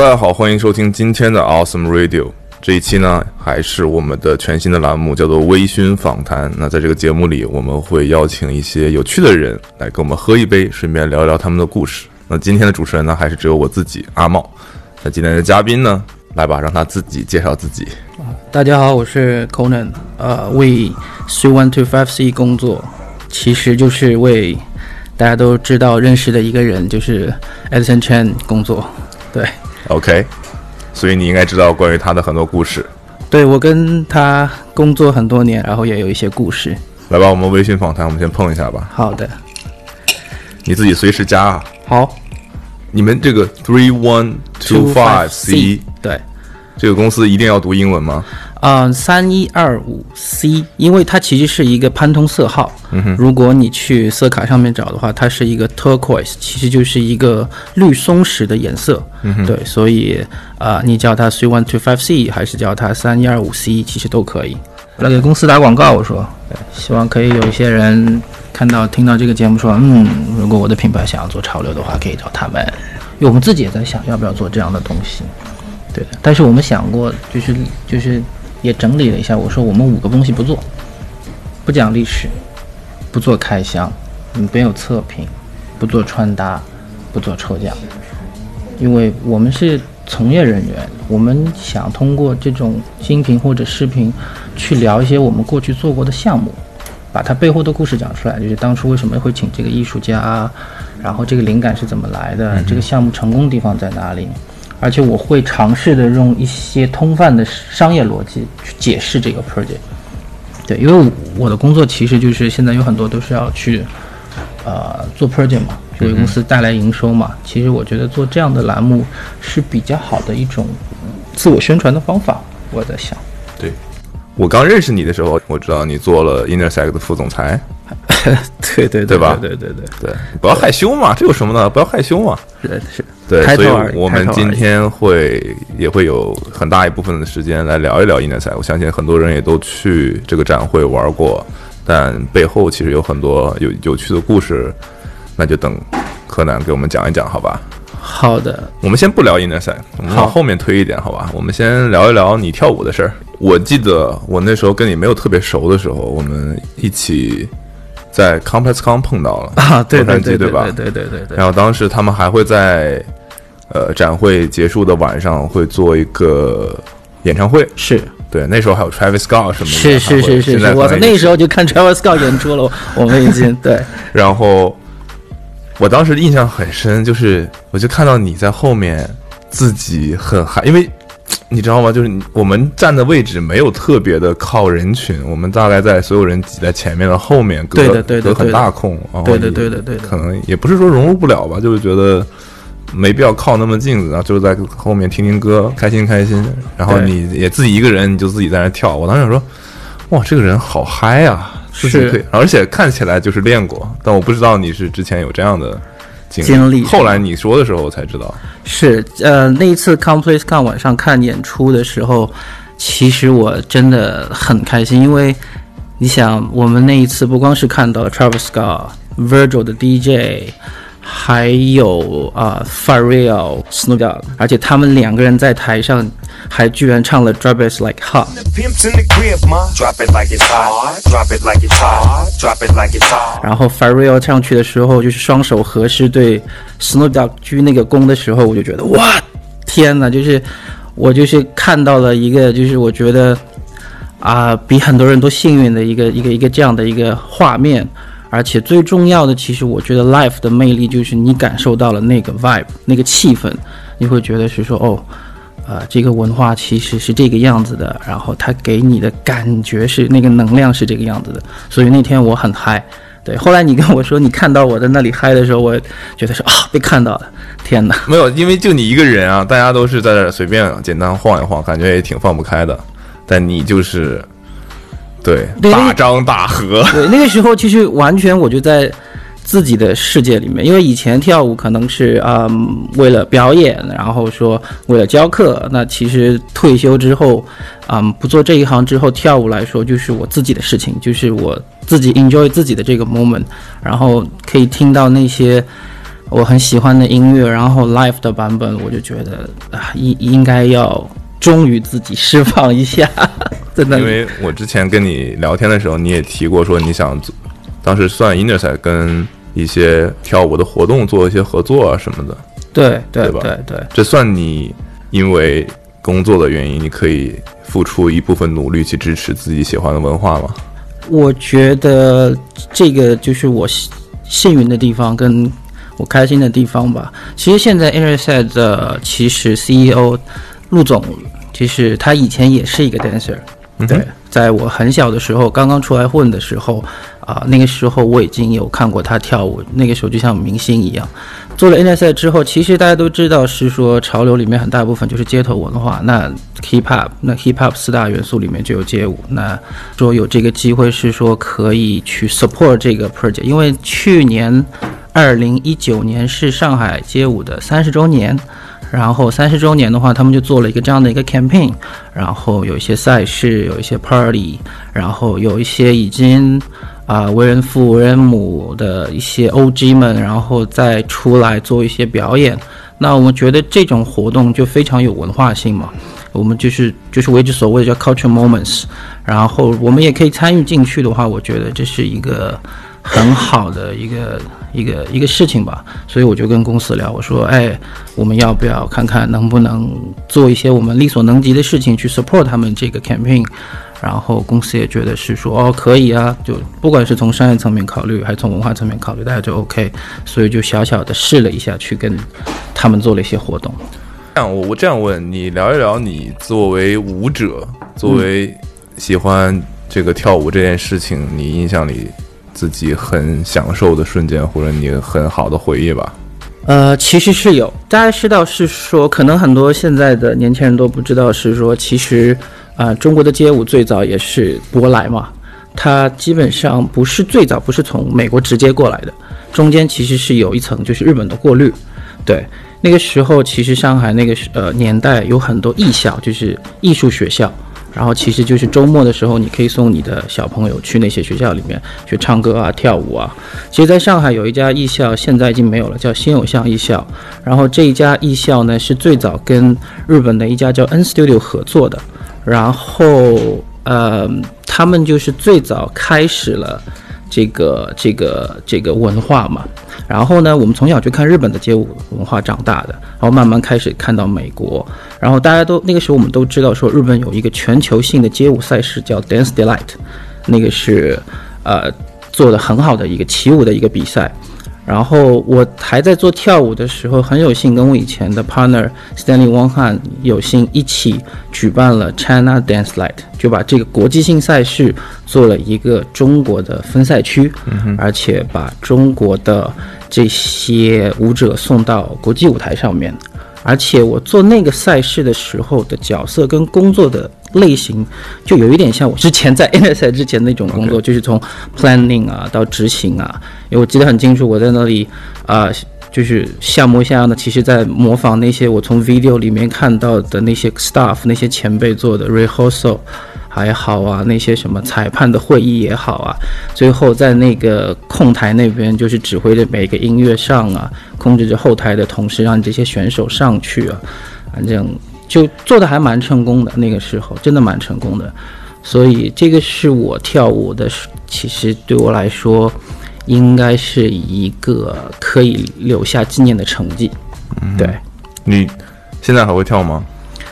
大家好，欢迎收听今天的 Awesome Radio。这一期呢，还是我们的全新的栏目，叫做微醺访谈。那在这个节目里，我们会邀请一些有趣的人来跟我们喝一杯，顺便聊聊他们的故事。那今天的主持人呢，还是只有我自己阿茂。那今天的嘉宾呢，来吧，让他自己介绍自己。 大家好，我是 Conan， 为 3125C 工作，其实就是为大家都知道认识的一个人，就是 Edison Chen 工作。对 ，OK， 所以你应该知道关于他的很多故事。 对，我跟他工作很多年，然后也有一些故事。 来吧，我们微醺访谈，我们先碰一下吧。 好的， 你自己随时加啊。 好， 你们这个 3125C， 对， 这个公司一定要读英文吗 ？3125C， 因为它其实是一个潘通色号。如果你去色卡上面找的话，它是一个 turquoise， 其实就是一个绿松石的颜色。对，所以你叫它 3125C 还是叫它3125C， 其实都可以。我来给公司打广告，我说，对，希望可以有一些人听到这个节目说，如果我的品牌想要做潮流的话，可以找他们。因为我们自己也在想要不要做这样的东西。对的，但是我们想过，就是也整理了一下，我说我们5个东西不做，不讲历史，不做开箱，没有测评，不做穿搭，不做抽奖，因为我们是从业人员，我们想通过这种音频或者视频去聊一些我们过去做过的项目，把它背后的故事讲出来，就是当初为什么会请这个艺术家，然后这个灵感是怎么来的，这个项目成功的地方在哪里。而且我会尝试的用一些通泛的商业逻辑去解释这个 project。对，因为我的工作其实就是现在有很多都是要去做 project 嘛，给公司带来营收嘛。其实我觉得做这样的栏目是比较好的一种自我宣传的方法，我在想。 对，我刚认识你的时候，我知道你做了 Intersect 的副总裁。 对吧？ 对， 不要害羞嘛，这有什么呢？不要害羞嘛。 是， 对，所以我们今天也会有很大一部分的时间来聊一聊 Intersect。我相信很多人也都去这个展会玩过，但背后其实有很多有趣的故事，那就等柯南给我们讲一讲，好吧？ 好的， 我们先不聊 Intersect， 我们往后面推一点，好吧？我们先聊一聊你跳舞的事儿。我记得我那时候跟你没有特别熟的时候，我们一起在 ComplexCon 碰到了对吧？对。 然后当时他们还会在展会结束的晚上会做一个演唱会， 是对，那时候还有 Travis Scott 什么的， 是，我那时候就看 Travis Scott 演出了，我们已经对。 然后我当时印象很深，就是我就看到你在后面自己很嗨，因为你知道吗？就是我们站的位置没有特别的靠人群，我们大概在所有人挤在前面的后面，隔很大空。 对的， 可能也不是说融入不了吧，就是觉得没必要靠那么近子，然后就在后面听听歌，开心。然后你也自己一个人，你就自己在那跳。我当时想说，哇，这个人好嗨啊！是，而且看起来就是练过，但我不知道你是之前有这样的经历。后来你说的时候我才知道。 是，那一次 ComplexCon 晚上看演出的时候，其实我真的很开心，因为你想，我们那一次不光是看到了 Travis Scott、Virgil 的 DJ， 还有Pharrell、Snoop Dogg， 而且他们2个人在台上还居然唱了 Drop It Like Hot。然后 Pharrell 上去的时候，就是双手合十对 Snoop Dogg 鞠那个躬的时候，我就觉得哇，天哪！我看到了一个，就是我觉得比很多人都幸运的一个这样的一个画面。而且最重要的，其实我觉得 live 的魅力就是你感受到了那个 vibe， 那个气氛，你会觉得是说这个文化其实是这个样子的，然后它给你的感觉是那个能量是这个样子的，所以那天我很嗨。对，后来你跟我说你看到我在那里嗨的时候，我觉得说被看到了，天哪！ 没有，因为就你一个人啊，大家都是在这随便简单晃一晃，感觉也挺放不开的，但你就是对大张大合。 对，那个时候其实完全我就在自己的世界里面，因为以前跳舞可能是为了表演，然后说为了教课，那其实退休之后不做这一行之后，跳舞来说就是我自己的事情，就是我自己 enjoy 自己的这个 moment， 然后可以听到那些我很喜欢的音乐，然后 live 的版本，我就觉得应该要忠于自己释放一下。真的， 因为我之前跟你聊天的时候，你也提过说你想当时算 Intersect 跟一些跳舞的活动做一些合作啊什么的。 对吧？对， 这算你因为工作的原因，你可以付出一部分努力去支持自己喜欢的文化吗？ 我觉得这个就是我幸运的地方，跟我开心的地方吧。其实现在 Intersect 的其实 CEO 陆总，其实他以前也是一个 dancer。对，在我很小的时候，刚刚出来混的时候，那个时候我已经有看过他跳舞，那个时候就像明星一样。做了 Intersect 之后，其实大家都知道是说潮流里面很大部分就是街头文化，那 hip hop 4大元素里面就有街舞。那说有这个机会是说可以去 support 这个 project， 因为去年2019年是上海街舞的30周年。然后30周年的话，他们就做了一个这样的一个 campaign， 然后有一些赛事，有一些 party， 然后有一些已经为人父为人母的一些 OG 们，然后再出来做一些表演。那我们觉得这种活动就非常有文化性嘛，我们就是为之所谓的叫 culture moments， 然后我们也可以参与进去的话，我觉得这是一个很好的一个事情吧。所以我就跟公司聊，我说我们要不要看看能不能做一些我们力所能及的事情去 support 他们这个 campaign。然后公司也觉得是说可以啊，就不管是从商业层面考虑还是从文化层面考虑，大家就 OK， 所以就小小的试了一下，去跟他们做了一些活动。 我这样问你，聊一聊你作为舞者，作为喜欢这个跳舞这件事情，你印象里自己很享受的瞬间，或者你很好的回忆吧。 其实是有，大家知道是说，可能很多现在的年轻人都不知道，是说其实中国的街舞最早也是舶来嘛，它基本上不是最早不是从美国直接过来的，中间其实是有一层就是日本的过滤。对，那个时候其实上海那个年代有很多艺校，就是艺术学校。然后其实就是周末的时候，你可以送你的小朋友去那些学校里面去唱歌啊、跳舞啊。其实在上海有一家艺校，现在已经没有了，叫新偶像艺校。然后这一家艺校呢，是最早跟日本的一家叫 N Studio 合作的。然后他们就是最早开始了这个文化嘛。然后呢，我们从小就看日本的街舞文化长大的，然后慢慢开始看到美国，然后大家都那个时候我们都知道说日本有一个全球性的街舞赛事叫 Dance Delight， 那个是做的很好的一个起舞的一个比赛。然后我还在做跳舞的时候，很有幸跟我以前的 partner Stanley Wang Han 有幸一起举办了 China Dance Light， 就把这个国际性赛事做了一个中国的分赛区，而且把中国的这些舞者送到国际舞台上面。而且我做那个赛事的时候的角色跟工作的类型就有一点像我之前在 Intersect 之前那种工作，就是从 planning 到执行啊。因为我记得很清楚，我在那里就是像模像样的，其实在模仿那些我从 video 里面看到的那些 staff 那些前辈做的 rehearsal 还好啊，那些什么裁判的会议也好啊，最后在那个控台那边就是指挥着每个音乐上啊，控制着后台的同事，让这些选手上去啊，反正就做的还蛮成功的，那个时候真的蛮成功的。所以这个是我跳舞的，其实对我来说应该是一个可以留下纪念的成绩。对， 你现在还会跳吗？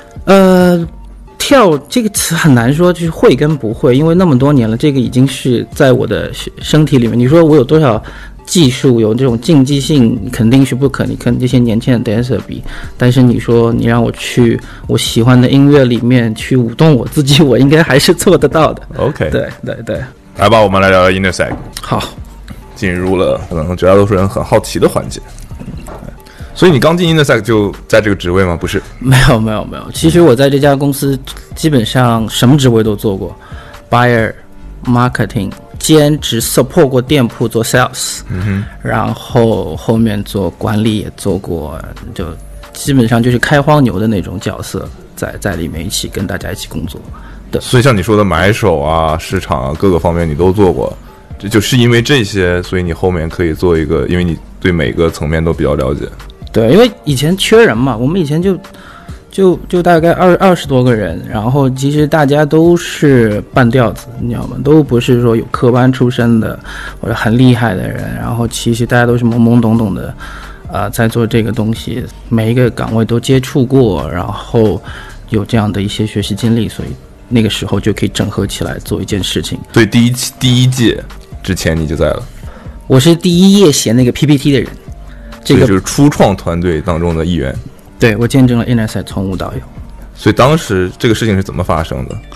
跳这个词很难说，就是会跟不会，因为那么多年了，这个已经是在我的身体里面。你说我有多少技术，有这种竞技性，肯定是不可能跟这些年轻的 dancer 比。但是你说你让我去我喜欢的音乐里面去舞动我自己，我应该还是做得到的。 OK， 对， 来吧，我们来聊聊 Intersect。 好， 进入了可能绝大多数人很好奇的环节。所以你刚进 Intersect 就在这个职位吗？不是， 没有。其实我在这家公司基本上什么职位都做过 ，buyer、marketing， 兼职 support 过店铺做 sales，然后后面做管理也做过，就基本上就是开荒牛的那种角色，在里面一起跟大家一起工作。对， 所以像你说的买手啊、市场啊各个方面你都做过。 就是因为这些，所以你后面可以做一个，因为你对每个层面都比较了解。 对，因为以前缺人嘛，我们以前就大概20多个人，然后其实大家都是半吊子，你知道吗？都不是说有科班出身的或者很厉害的人，然后其实大家都是懵懵懂懂的，在做这个东西，每一个岗位都接触过，然后有这样的一些学习经历，所以那个时候就可以整合起来做一件事情。 所以第一届之前你就在了。 我是第一页写那个 PPT 的人，这个就是初创团队当中的一员。 对，我见证了 Interset 从无到有。 所以当时这个事情是怎么发生的？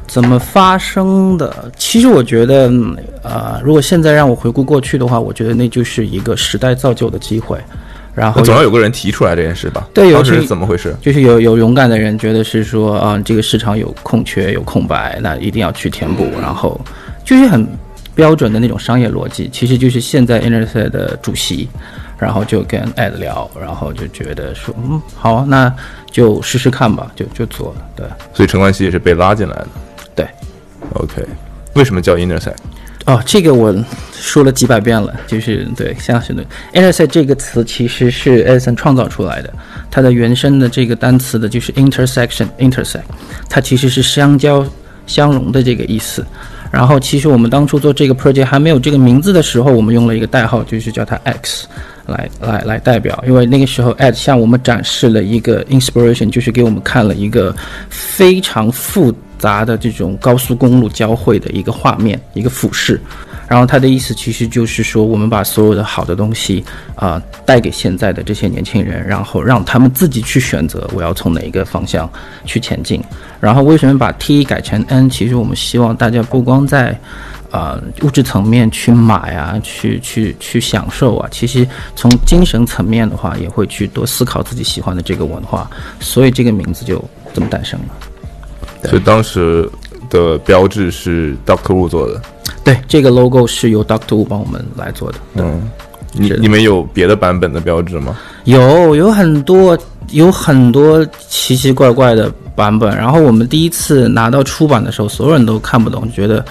其实我觉得，如果现在让我回顾过去的话，我觉得那就是一个时代造就的机会。然后总要有个人提出来这件事吧？ 对， 当时是怎么回事？ 就是有勇敢的人觉得是说，这个市场有空缺有空白，那一定要去填补。然后就是很标准的那种商业逻辑，其实就是现在 Interset 的主席。然后就跟 Ed 聊，然后就觉得说，好，那就试试看吧，就做了。对， 所以陈冠希也是被拉进来的。 对 ，OK， 为什么叫 Interset？ 这个我说了几百遍了，就是对，像是对 Interset 这个词其实是 Edison 创造出来的，它的原生的这个单词的就是 intersect， 它其实是相交相融的这个意思。然后其实我们当初做这个 project 还没有这个名字的时候，我们用了一个代号，就是叫它 X 来代表，因为那个时候 Ed 向我们展示了一个 inspiration， 就是给我们看了一个非常复杂的这种高速公路交汇的一个画面，一个俯视。然后他的意思其实就是说，我们把所有的好的东西带给现在的这些年轻人，然后让他们自己去选择我要从哪一个方向去前进。然后为什么把 T 改成 N？ 其实我们希望大家不光在物质层面去买啊，去享受啊，其实从精神层面的话，也会去多思考自己喜欢的这个文化，所以这个名字就这么诞生了。 所以当时的标志是 Dr. Wu 做的。 对，这个 logo 是由 Dr. Wu 帮我们来做的。 你们有别的版本的标志吗？ 有很多奇奇怪怪的版本。然后我们第一次拿到出版的时候，所有人都看不懂，觉得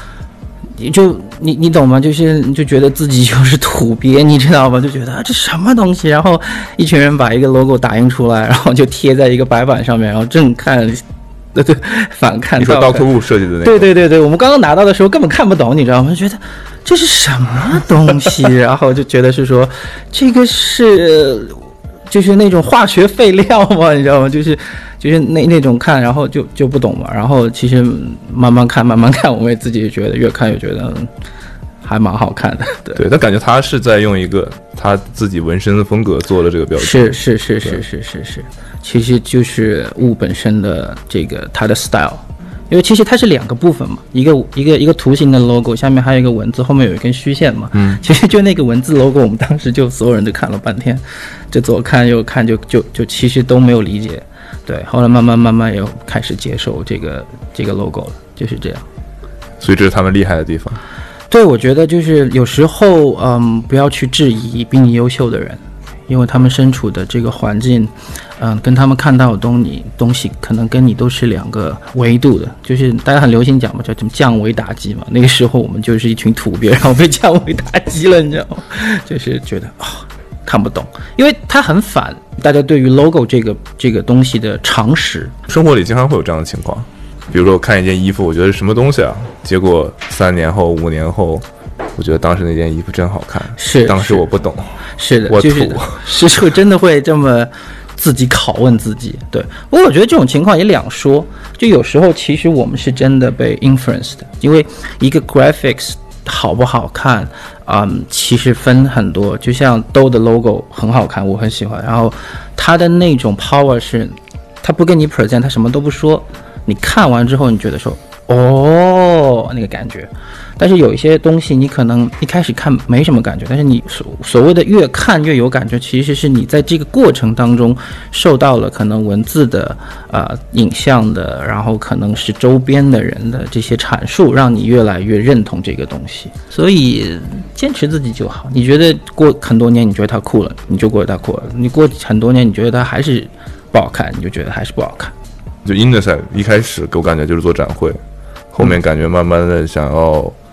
你懂吗？就觉得自己就是土鳖，你知道吗？就觉得这什么东西？然后一群人把一个 logo 打印出来，然后就贴在一个白板上面，然后正看。对，反看。 你说Dr. Wu设计的那个？ 对，我们刚刚拿到的时候根本看不懂，你知道吗？觉得这是什么东西？然后就觉得是说这个就是那种化学废料嘛，你知道吗？就是那种看，然后就不懂嘛。然后其实慢慢看，我们也自己觉得越看越觉得还蛮好看的。对， 但感觉他是在用一个他自己纹身的风格做了这个标志。 是，其实就是物本身的这个它的 style， 因为其实它是两个部分嘛，一个图形的 logo， 下面还有一个文字，后面有一根虚线嘛。其实就那个文字 logo， 我们当时就所有人都看了半天，就左看右看，就其实都没有理解。对，后来慢慢也开始接受这个 logo 了，就是这样。 所以这是他们厉害的地方。 对，我觉得就是有时候不要去质疑比你优秀的人，因为他们身处的这个环境跟他们看到的东西可能跟你都是两个维度的，就是大家很流行讲嘛，叫什么降维打击嘛。那个时候我们就是一群土鳖，然后被降维打击了，你知道吗？就是觉得看不懂，因为它很反大家对于 logo 这个东西的常识。 生活里经常会有这样的情况，比如说我看一件衣服，我觉得是什么东西啊，结果3年后5年后，我觉得当时那件衣服真好看， 是当时我不懂， 是的， 我土， 是会真的会这么自己拷问自己。对，不过我觉得这种情况也两说，就有时候其实我们是真的被 influenced 的，因为一个 graphics 好不好看其实分很多，就像豆的 logo 很好看，我很喜欢，然后它的那种 power 是它不跟你 present， 它什么都不说，你看完之后你觉得说那个感觉。但是有一些东西你可能一开始看没什么感觉，但是你所谓的越看越有感觉，其实是你在这个过程当中受到了可能文字的影像的，然后可能是周边的人的这些阐述，让你越来越认同这个东西。所以坚持自己就好，你觉得过很多年你觉得它酷了，你就觉得它酷了，你过很多年你觉得它还是不好看，你就觉得还是不好看。 就 Interset 一开始给我感觉就是做展会，后面感觉慢慢的想要比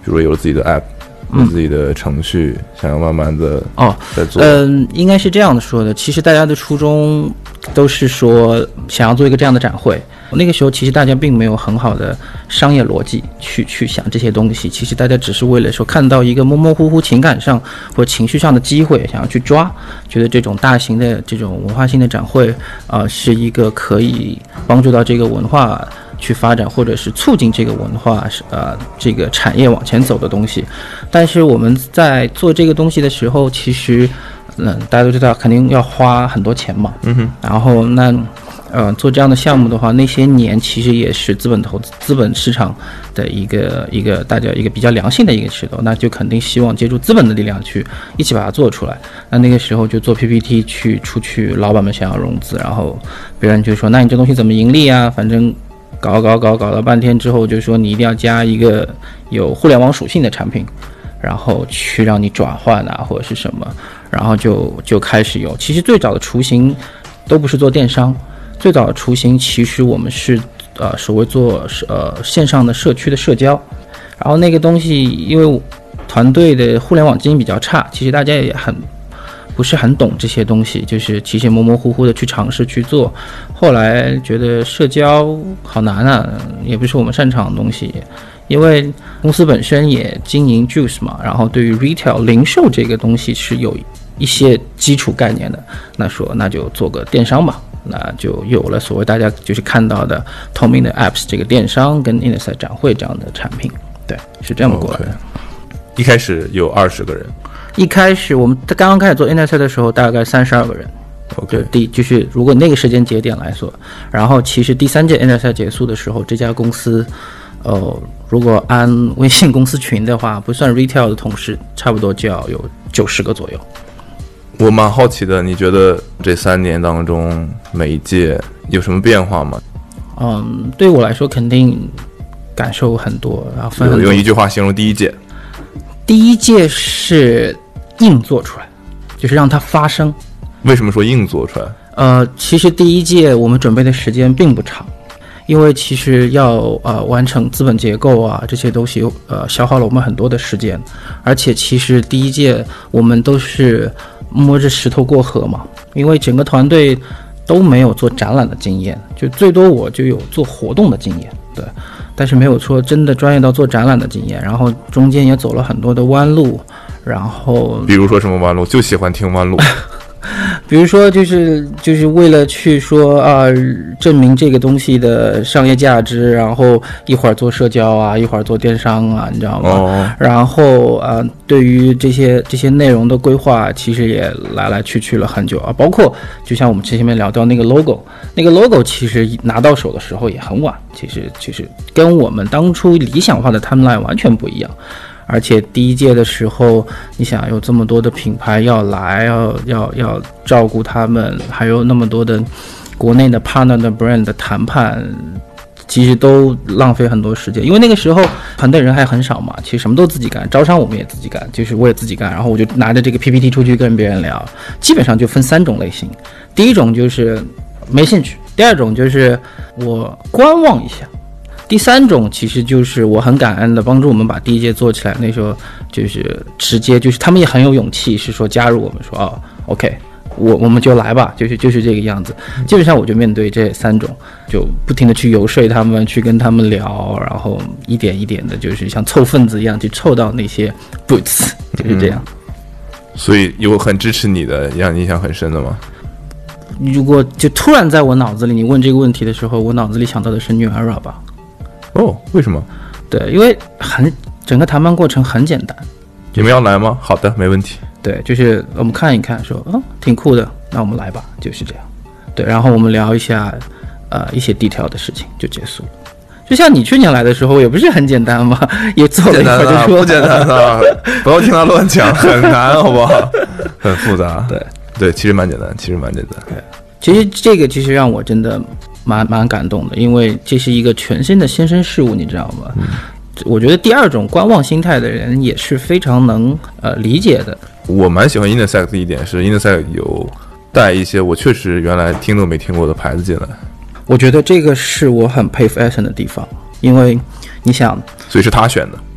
如说有了自己的 app，有自己的程序，想要慢慢的在做。 应该是这样的说的。其实大家的初衷都是说想要做一个这样的展会。那个时候其实大家并没有很好的商业逻辑去想这些东西，其实大家只是为了说看到一个模模糊糊情感上或情绪上的机会，想要去抓，觉得这种大型的这种文化性的展会是一个可以帮助到这个文化去发展，或者是促进这个文化这个产业往前走的东西。但是我们在做这个东西的时候，其实大家都知道肯定要花很多钱嘛，然后做这样的项目的话，那些年其实也是资本市场的一个大家一个比较良性的一个渠道，那就肯定希望借助资本的力量去一起把它做出来。那个时候就做 PPT 出去，老板们想要融资，然后别人就说，那你这东西怎么盈利啊？反正搞了半天之后，就说你一定要加一个有互联网属性的产品，然后去让你转换或者是什么，然后就开始有。其实最早的雏形都不是做电商。最早的雏形其实我们是所谓做线上的社区的社交，然后那个东西因为团队的互联网经营比较差，其实大家也不是很懂这些东西，就是其实模模糊糊的去尝试去做，后来觉得社交好难啊，也不是我们擅长的东西，因为公司本身也经营 Juice 嘛，然后对于 retail 零售这个东西是有一些基础概念的，那就做个电商吧。那就有了所谓大家就是看到的透明的 apps 这个电商跟 Insight 展会这样的产品，对，是这样过来的。 一开始有20个人， 一开始我们刚刚开始做 Insight 的时候大概32个人。 OK， 就是如果那个时间节点来说，然后其实第3届 Insight 结束的时候，这家公司如果按微信公司群的话，不算 retail 的同事，差不多就要有90个左右。 我蛮好奇的，你觉得这3年当中每一届有什么变化吗？ 对我来说肯定感受很多，然后分很多。 用一句话形容第一届。 第一届是硬做出来，就是让它发生。 为什么说硬做出来？ 其实第一届我们准备的时间并不长，因为其实要完成资本结构这些东西消耗了我们很多的时间，而且其实第一届我们都是摸着石头过河嘛，因为整个团队都没有做展览的经验，就最多我就有做活动的经验，对，但是没有说真的专业到做展览的经验，然后中间也走了很多的弯路，然后比如说什么弯路？就喜欢听弯路。 比如说就是为了去说证明这个东西的商业价值，然后一会儿做社交一会儿做电商你知道吗？然后对于这些内容的规划，其实也来去了很久包括就像我们前面聊到那个 logo 其实拿到手的时候也很晚，其实跟我们当初理想化的 timeline 完全不一样。而且第一届的时候，你想有这么多的品牌要来，要照顾他们，还有那么多的国内的 partner 的 brand 的谈判，其实都浪费很多时间。因为那个时候团队人还很少嘛，其实什么都自己干，招商我们也自己干，就是我也自己干，然后我就拿着这个 PPT 出去跟别人聊，基本上就分3种类型。第一种就是没兴趣，第二种就是我观望一下。第3种其实就是我很感恩的帮助我们把第一届做起来，那时候就是直接就是他们也很有勇气，是说加入我们说OK， 我们就来吧，就是这个样子。基本上我就面对这3种，就不停的去游说他们，去跟他们聊，然后一点一点的，就是像凑份子一样去凑到那些 boots， 就是这样。 所以有很支持你的，让你印象很深的吗？ 如果就突然在我脑子里，你问这个问题的时候，我脑子里想到的是 New Era 吧。 为什么？ 对，因为整个谈判过程很简单。 你们要来吗？好的，没问题。 对，就是我们看一看，说挺酷的，那我们来吧，就是这样。对，然后我们聊一下一些 detail 的事情就结束了。就像你去年来的时候，也不是很简单嘛，也做了一会儿就说不简单啊，不要听他乱讲，很难，好不好？很复杂。对，其实蛮简单，对， 其实这个其实让我真的蛮感动的，因为这是一个全新的新生事物，你知道吗？我觉得第2种观望心态的人也是非常能理解的。我蛮喜欢 Intersect 的一点是 Intersect 有带一些我确实原来听都没听过的牌子进来。 我觉得这个是我很佩服 Eason 的地方，因为你想， 所以是他选的。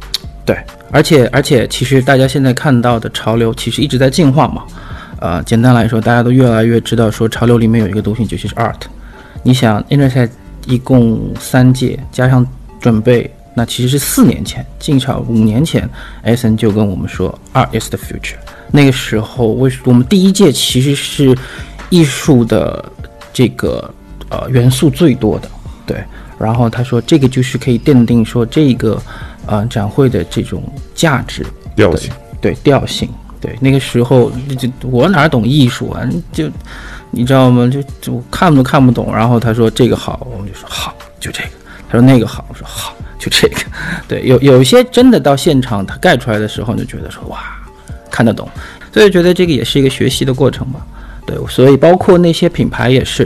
对，而且其实大家现在看到的潮流其实一直在进化嘛。简单来说，大家都越来越知道说潮流里面有一个东西就是 art。你想 Intersect 一共3届，加上准备，那其实是4年前，近少5年前 Eason 就跟我们说 Art is the future。那个时候我们第1届其实是艺术的这个元素最多的，对。然后他说这个就是可以奠定说这个展会的这种价值调性， 对调性。对，那个时候就我哪懂艺术啊，就你知道吗？就看都看不懂。然后他说这个好，我们就说好，就这个。他说那个好，我说好，就这个。对，有一些真的到现场他盖出来的时候，就觉得说哇，看得懂。所以觉得这个也是一个学习的过程吧。对，所以包括那些品牌也是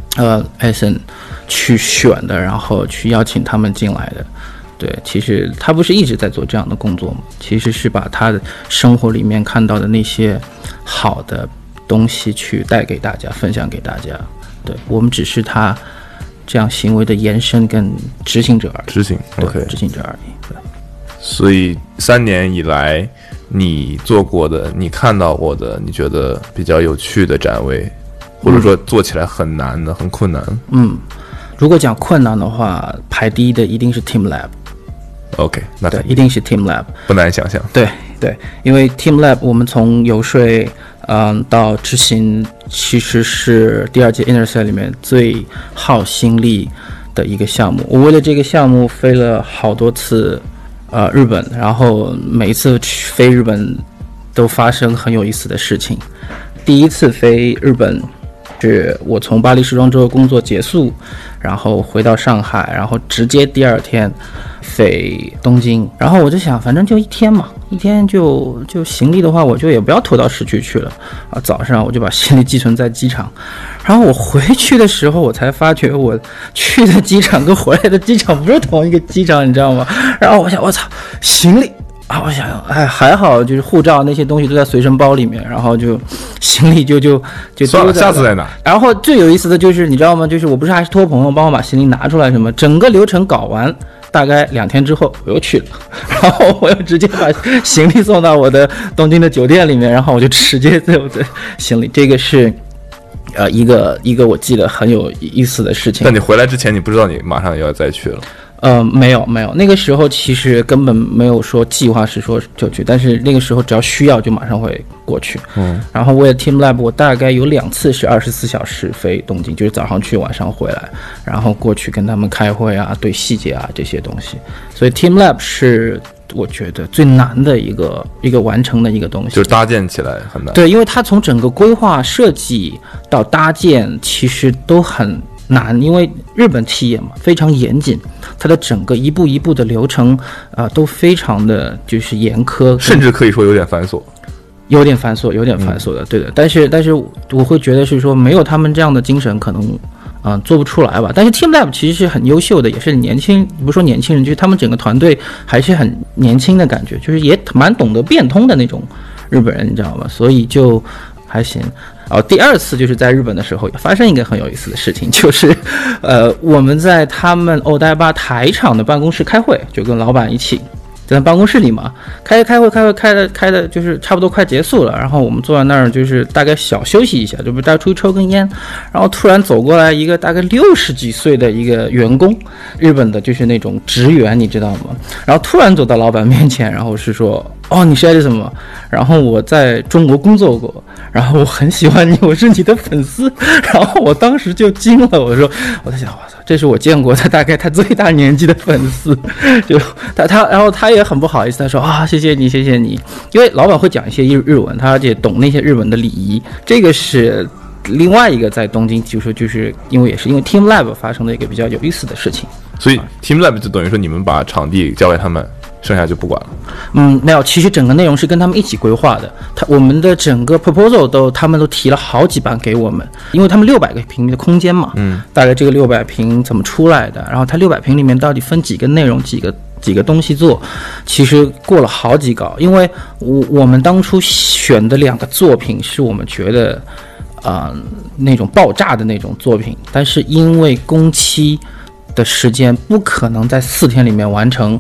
，Eason 去选的，然后去邀请他们进来的。对，其实他不是一直在做这样的工作吗？其实是把他的生活里面看到的那些好的东西去带给大家，分享给大家。对，我们只是他这样行为的延伸跟执行者而已。 执行 ，OK， 执行者而已。对。 所以3年以来，你做过的、你看到过的、你觉得比较有趣的展位，或者说做起来很难的、很困难。 如果讲困难的话，排第一的一定是 TeamLab。OK， 那对，一定是 TeamLab， 不难想象。 对，因为 TeamLab 我们从游说，到执行，其实是第2届 Intersect 里面最耗心力的一个项目。我为了这个项目飞了好多次，日本，然后每一次飞日本都发生很有意思的事情。第一次飞日本，是我从巴黎时装周工作结束，然后回到上海，然后直接第2天飞东京。然后我就想，反正就1天嘛，1天就行李的话，我就也不要拖到市区去了啊。早上我就把行李寄存在机场，然后我回去的时候，我才发觉我去的机场跟回来的机场不是同一个机场，你知道吗？然后我想，我操，行李。我想还好，就是护照那些东西都在随身包里面，然后就行李就算了，下次再拿。 然后最有意思的就是你知道吗？就是我不是还是托朋友帮我把行李拿出来什么，整个流程搞完，大概2天之后我又去了，然后我又直接把行李送到我的东京的酒店里面，然后我就直接在我的行李，这个是一个我记得很有意思的事情。 但你回来之前，你不知道你马上要再去了。 没有，那个时候其实根本没有说计划是说就去，但是那个时候只要需要就马上会过去。然后为了 TeamLab 我大概有2次是24小时飞东京，就是早上去晚上回来，然后过去跟他们开会啊，对细节啊这些东西。所以 TeamLab 是我觉得最难的一个完成的一个东西， 就是搭建起来很难。 对，因为它从整个规划设计到搭建其实都很难，因为日本企业嘛非常严谨，它的整个一步一步的流程都非常的就是严苛， 甚至可以说有点繁琐， 有点繁琐的，对的。但是我会觉得是说没有他们这样的精神可能做不出来吧。但是 TeamLab 其实是很优秀的，也是年轻，不是说年轻人，就是他们整个团队还是很年轻的感觉，就是也蛮懂得变通的那种日本人，你知道吗？所以就还行。第2次就是在日本的时候发生一个很有意思的事情，就是我们在他们欧代巴台场的办公室开会，就跟老板一起在办公室里嘛，开会开的就是差不多快结束了，然后我们坐在那儿就是大概小休息一下，就不大家出去抽根烟，然后突然走过来一个大概60几岁的一个员工，日本的就是那种职员，你知道吗？然后突然走到老板面前，然后是说你是Eason吗？然后我在中国工作过，然后我很喜欢你，我是你的粉丝。然后我当时就惊了，我在想，我操，这是我见过的大概他最大年纪的粉丝。就然后他也很不好意思，他说谢谢你，因为老板会讲一些日文，他也懂那些日本的礼仪，这个是另外一个在东京就是因为 TeamLab 发生的一个比较有意思的事情。 所以 TeamLab 就等于说你们把场地交给他们，剩下就不管了。 没有，其实整个内容是跟他们一起规划的。我们的整个 proposal 他们都提了好几版给我们，因为他们600个平米的空间嘛，大概这个600平怎么出来的，然后它600平里面到底分几个内容，几个东西做，其实过了好几稿。因为我们当初选的2个作品是我们觉得那种爆炸的那种作品，但是因为工期的时间不可能在4天里面完成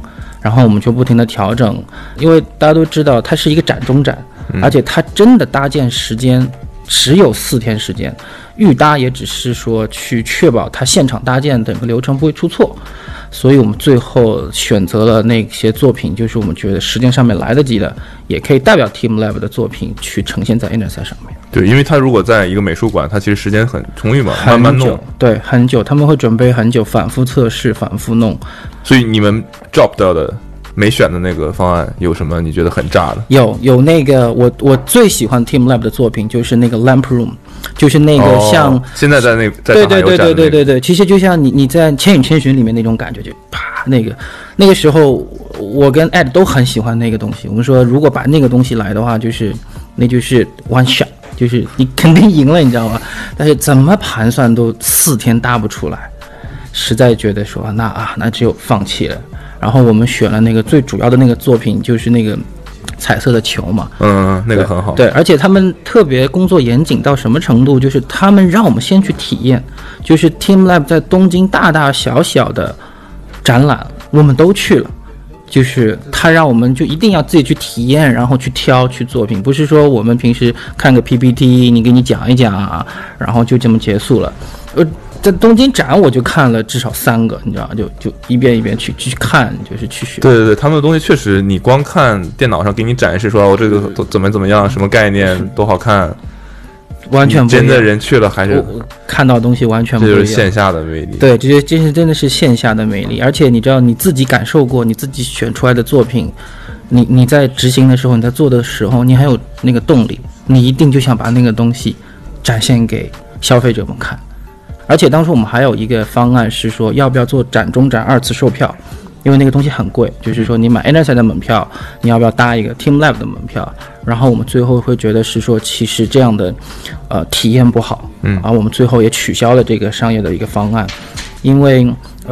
然后我们就不停的调整，因为大家都知道它是一个展中展，而且它真的搭建时间只有4天时间，预搭也只是说去确保它现场搭建整个流程不会出错，所以我们最后选择了那些作品，就是我们觉得时间上面来得及的，也可以代表 teamLab 的作品去呈现在 Intersect 上面。 对，因为它如果在一个美术馆，它其实时间很充裕嘛，慢慢弄。 对，很久，他们会准备很久，反复测试，反复弄。 所以你们 drop 掉的没选的那个方案有什么你觉得很炸的？ 有那个我最喜欢 teamLab 的作品就是那个 Lamp Room， 就是那个像、 现在在上海有展对，其实就像你在《千与千寻》里面那种感觉，就啪那个时候我跟 Ed 都很喜欢那个东西。我们说如果把那个东西来的话，那就是 one shot， 就是你肯定赢了，你知道吗？但是怎么盘算都4天搭不出来，实在觉得说那只有放弃了。然后我们选了那个最主要的那个作品，就是那个彩色的球嘛。 那个很好。 对，而且他们特别工作严谨到什么程度，就是他们让我们先去体验，就是 teamLab 在东京大大小小的展览我们都去了，就是他让我们就一定要自己去体验，然后去挑去作品，不是说我们平时看个 PPT 你给你讲一讲啊，然后就这么结束了。在东京展我就看了至少3个，你知道，就一遍一遍去看，就是去学。 对，他们的东西确实，你光看电脑上给你展示说我这个怎么样，什么概念，多好看， 完全不一样。 真的人去了还是看到的东西完全不一样。 这就是线下的魅力。 对，这是真的是线下的魅力。而且你知道你自己感受过，你自己选出来的作品，你在执行的时候，你在做的时候，你还有那个动力，你一定就想把那个东西展现给消费者们看。而且当时我们还有一个方案是说，要不要做展中展2次售票，因为那个东西很贵，就是说你买 Intersect 的门票，你要不要搭一个 teamLab 的门票？然后我们最后会觉得是说，其实这样的体验不好，然后我们最后也取消了这个商业的一个方案，因为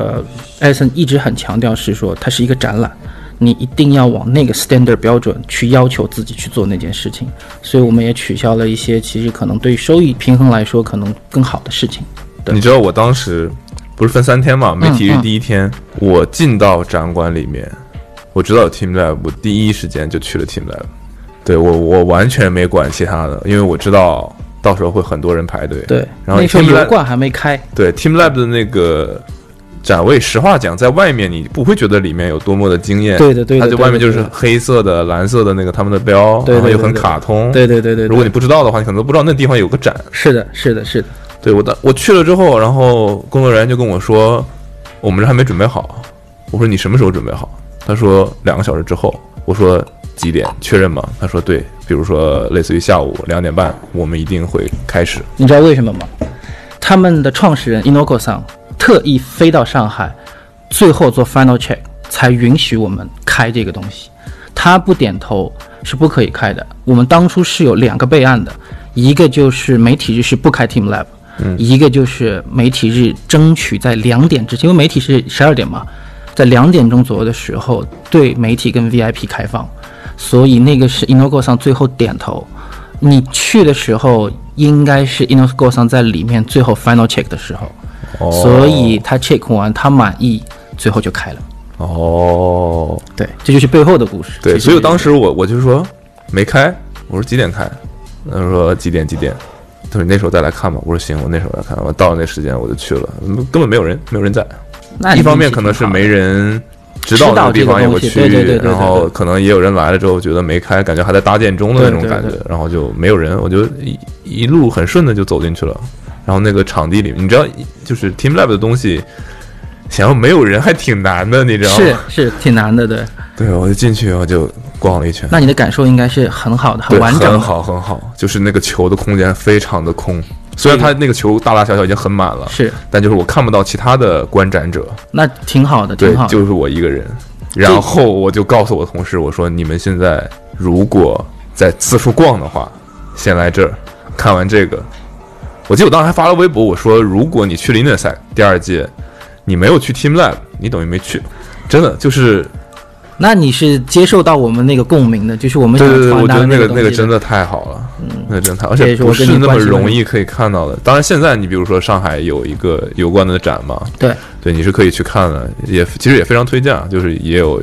Edison 一直很强调是说它是一个展览，你一定要往那个 standard 标准去要求自己去做那件事情，所以我们也取消了一些其实可能对于收益平衡来说可能更好的事情。 你知道我当时不是分3天嘛？媒体日第1天，我进到展馆里面，我知道有 teamLab， 我第一时间就去了 teamLab。对，我完全没管其他的，因为我知道到时候会很多人排队。 对， 然后那时候油罐还没开。 对 teamLab 的那个展位，实话讲，在外面你不会觉得里面有多么的惊艳。 对的， 它就外面就是黑色的、蓝色的那个他们的标，然后又很卡通。 对。 如果你不知道的话，你可能都不知道那地方有个展。 是的。 对，我去了之后，然后工作人员就跟我说，我们这还没准备好。我说你什么时候准备好？他说2个小时之后。我说几点？确认吗？他说对，比如说类似于下午2点半，我们一定会开始。 你知道为什么吗？他们的创始人 Inoko-san 特意飞到上海，最后做 final check 才允许我们开这个东西。他不点头是不可以开的。我们当初是有2个备案的，一个就是媒体日是不开 teamLab，一个就是媒体日争取在2点之前，因为媒体是12点嘛，在2点钟左右的时候对媒体跟 VIP 开放，所以那个是 Inoko-san 最后点头。你去的时候应该是 Inoko-san 在里面最后 final check 的时候，所以他 check 完他满意，最后就开了。对，这就是背后的故事。 对，所以当时我就说没开，我说几点开？他说几点？他说那时候再来看吧。我说行，我那时候来看。我到了那时间我就去了，根本没有人在。一方面可能是没人知道那个地方有个区域，然后可能也有人来了之后觉得没开，感觉还在搭建中的那种感觉，然后就没有人，我就一路很顺的就走进去了。然后那个场地里面，你知道，就是 teamLab 的东西，想要没有人还挺难的，你知道吗？ 是挺难的，对， 我就进去我就逛了一圈。 那你的感受应该是很好的，很完整的。 很好，就是那个球的空间非常的空。虽然它那个球大大小小已经很满了，但就是我看不到其他的观展者， 那挺好的， 对，就是我一个人。然后我就告诉我同事，我说你们现在如果在四处逛的话，先来这儿看完这个。我记得我当时还发了微博，我说如果你去了 Intersect 第2届，你没有去 teamLab， 你等于没去，真的就是。 那你是接受到我们那个共鸣的，就是我们想传达的那个东西。 那个真的太好了，那个真的太好，而且不是那么容易可以看到的。当然，现在你比如说上海有一个油罐的展嘛，对，你是可以去看的，其实也非常推荐，就是也有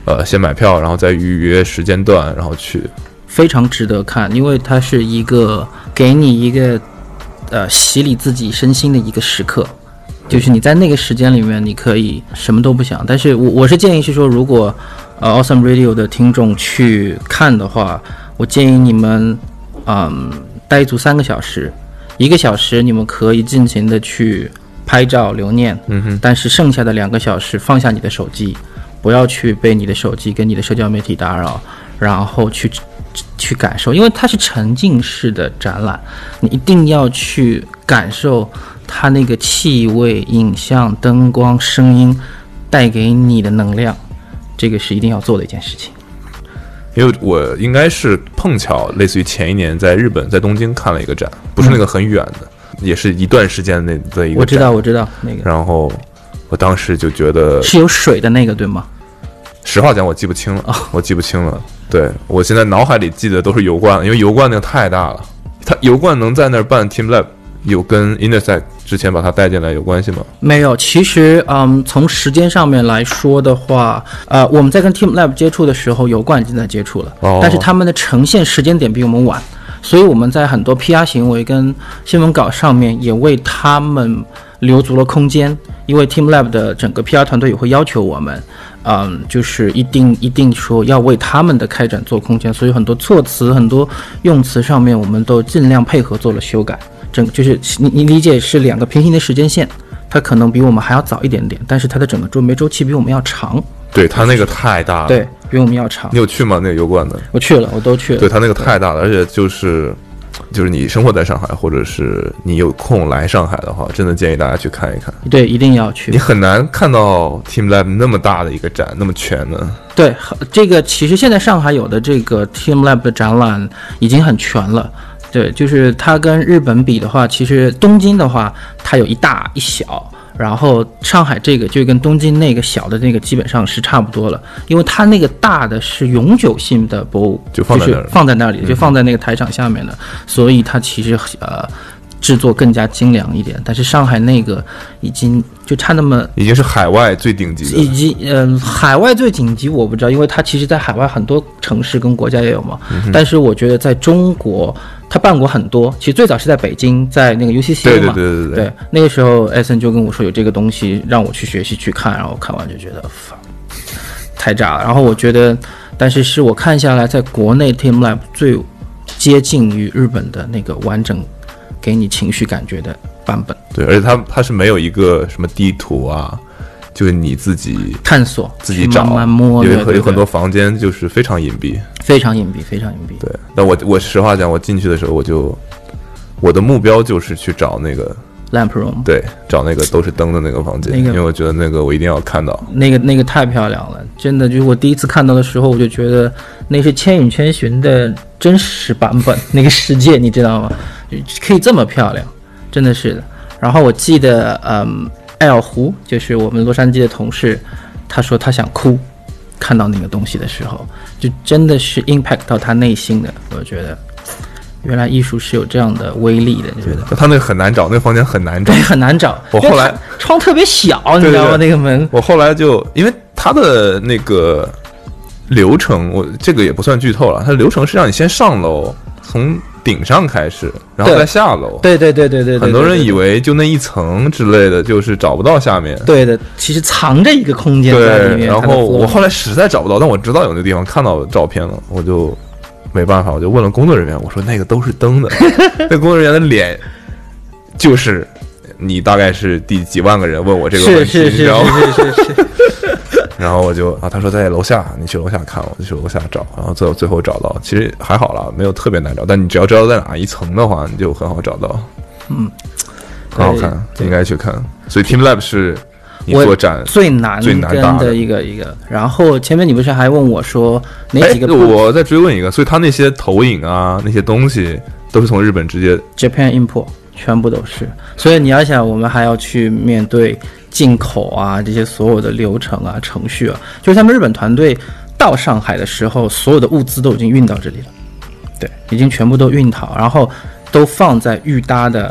先买票，然后再预约时间段，然后去。 非常值得看，因为它是一个给你一个洗礼自己身心的一个时刻，就是你在那个时间里面你可以什么都不想。但是我是建议是说，如果Awesome Radio 的听众去看的话，我建议你们待足3个小时，1个小时你们可以尽情的去拍照留念，但是剩下的2个小时放下你的手机，不要去被你的手机跟你的社交媒体打扰，然后去感受，因为它是沉浸式的展览，你一定要去感受它那个气味、影像、灯光、声音带给你的能量，这个是一定要做的一件事情。 因为我应该是碰巧类似于前一年在日本在东京看了一个展，不是那个很远的，也是一段时间内的一个展。 我知道那个。 然后我当时就觉得是有水的那个对吗？ 实话讲我记不清了，我记不清了。对，我现在脑海里记得都是油罐，因为油罐那个太大了。它油罐能在那儿办 Team Lab， 有跟 Intersect 之前把它带进来有关系吗？ 没有，其实从时间上面来说的话，我们在跟 Team Lab 接触的时候，油罐已经在接触了，但是他们的呈现时间点比我们晚，所以我们在很多 PR 行为跟新闻稿上面也为他们留足了空间，因为 Team Lab 的整个 PR 团队也会要求我们。就是一定说要为他们的开展做空间，所以很多措辞、很多用词上面，我们都尽量配合做了修改。就是你理解是2个平行的时间线，它可能比我们还要早一点点，但是它的整个准备周期比我们要长。 对，它那个太大了， 对，比我们要长。 你有去吗？那个油罐的？ 我去了，我都去了。 对，它那个太大了，而且就是你生活在上海，或者是你有空来上海的话，真的建议大家去看一看。 对，一定要去。 你很难看到 Team Lab 那么大的一个展，那么全的。 对，这个其实现在上海有的这个 Team Lab 的展览已经很全了。对，就是它跟日本比的话，其实东京的话，它有一大一小。然后上海这个就跟东京那个小的那个基本上是差不多了，因为它那个大的是永久性的博物， 就放在那里， 就放在那个台场下面的，所以它其实制作更加精良一点。但是上海那个已经就差那么， 已经是海外最顶级的， 以及海外最顶级我不知道，因为它其实在海外很多城市跟国家也有嘛。但是我觉得在中国。他办过很多，其实最早是在北京，在那个 UCC 嘛，对，那个时候 SN 就跟我说有这个东西，让我去学习去看，然后我看完就觉得太炸了。然后我觉得，但是我看下来，在国内 Team Lab 最接近于日本的那个完整给你情绪感觉的版本。 对，而且它是没有一个什么地图啊。就是你自己探索， 自己找， 慢慢摸， 有很多房间就是非常隐蔽， 非常隐蔽，非常隐蔽。 对，但我实话讲，我进去的时候，我的目标就是去找那个 lamp room， 对，找那个都是灯的那个房间，因为我觉得那个我一定要看到。那个太漂亮了，真的，就是我第一次看到的时候，我就觉得那是《千与千寻》的真实版本，那个世界你知道吗？可以这么漂亮，真的是的。然后我记得，L 胡就是我们洛杉矶的同事，他说他想哭，看到那个东西的时候，就真的是 impact 到他内心的。我觉得原来艺术是有这样的威力的，你觉得？ 他那个很难找，那个房间很难找， 对，很难找。 我后来窗特别小，你知道吗？那个门， 我后来就因为他的那个流程，我这个也不算剧透了，他的流程是让你先上楼，从顶上开始，然后再下楼。 对， 很多人以为就那一层之类的，就是找不到下面。 对的，其实藏着一个空间在里面。 对，然后我后来实在找不到，但我知道有那个地方，看到照片了，我就没办法，我就问了工作人员，我说那个都是灯的。那工作人员的脸就是你大概是第几万个人问我这个问题，你知道吗？是。然后我就他说在楼下，你去楼下看，我就去楼下找，然后最后找到，其实还好啦，没有特别难找，但你只要知道在哪一层的话，你就很好找到。很好看，应该去看。所以 Team Lab 是你做展最难跟的一个。然后前面你不是还问我说哪几个？ 我再追问一个，所以他那些投影啊，那些东西都是从日本直接 Japan import， 全部都是。所以你要想，我们还要去面对进口啊，这些所有的流程啊、程序啊，就是他们日本团队到上海的时候，所有的物资都已经运到这里了，对，已经全部都运好，然后都放在预搭的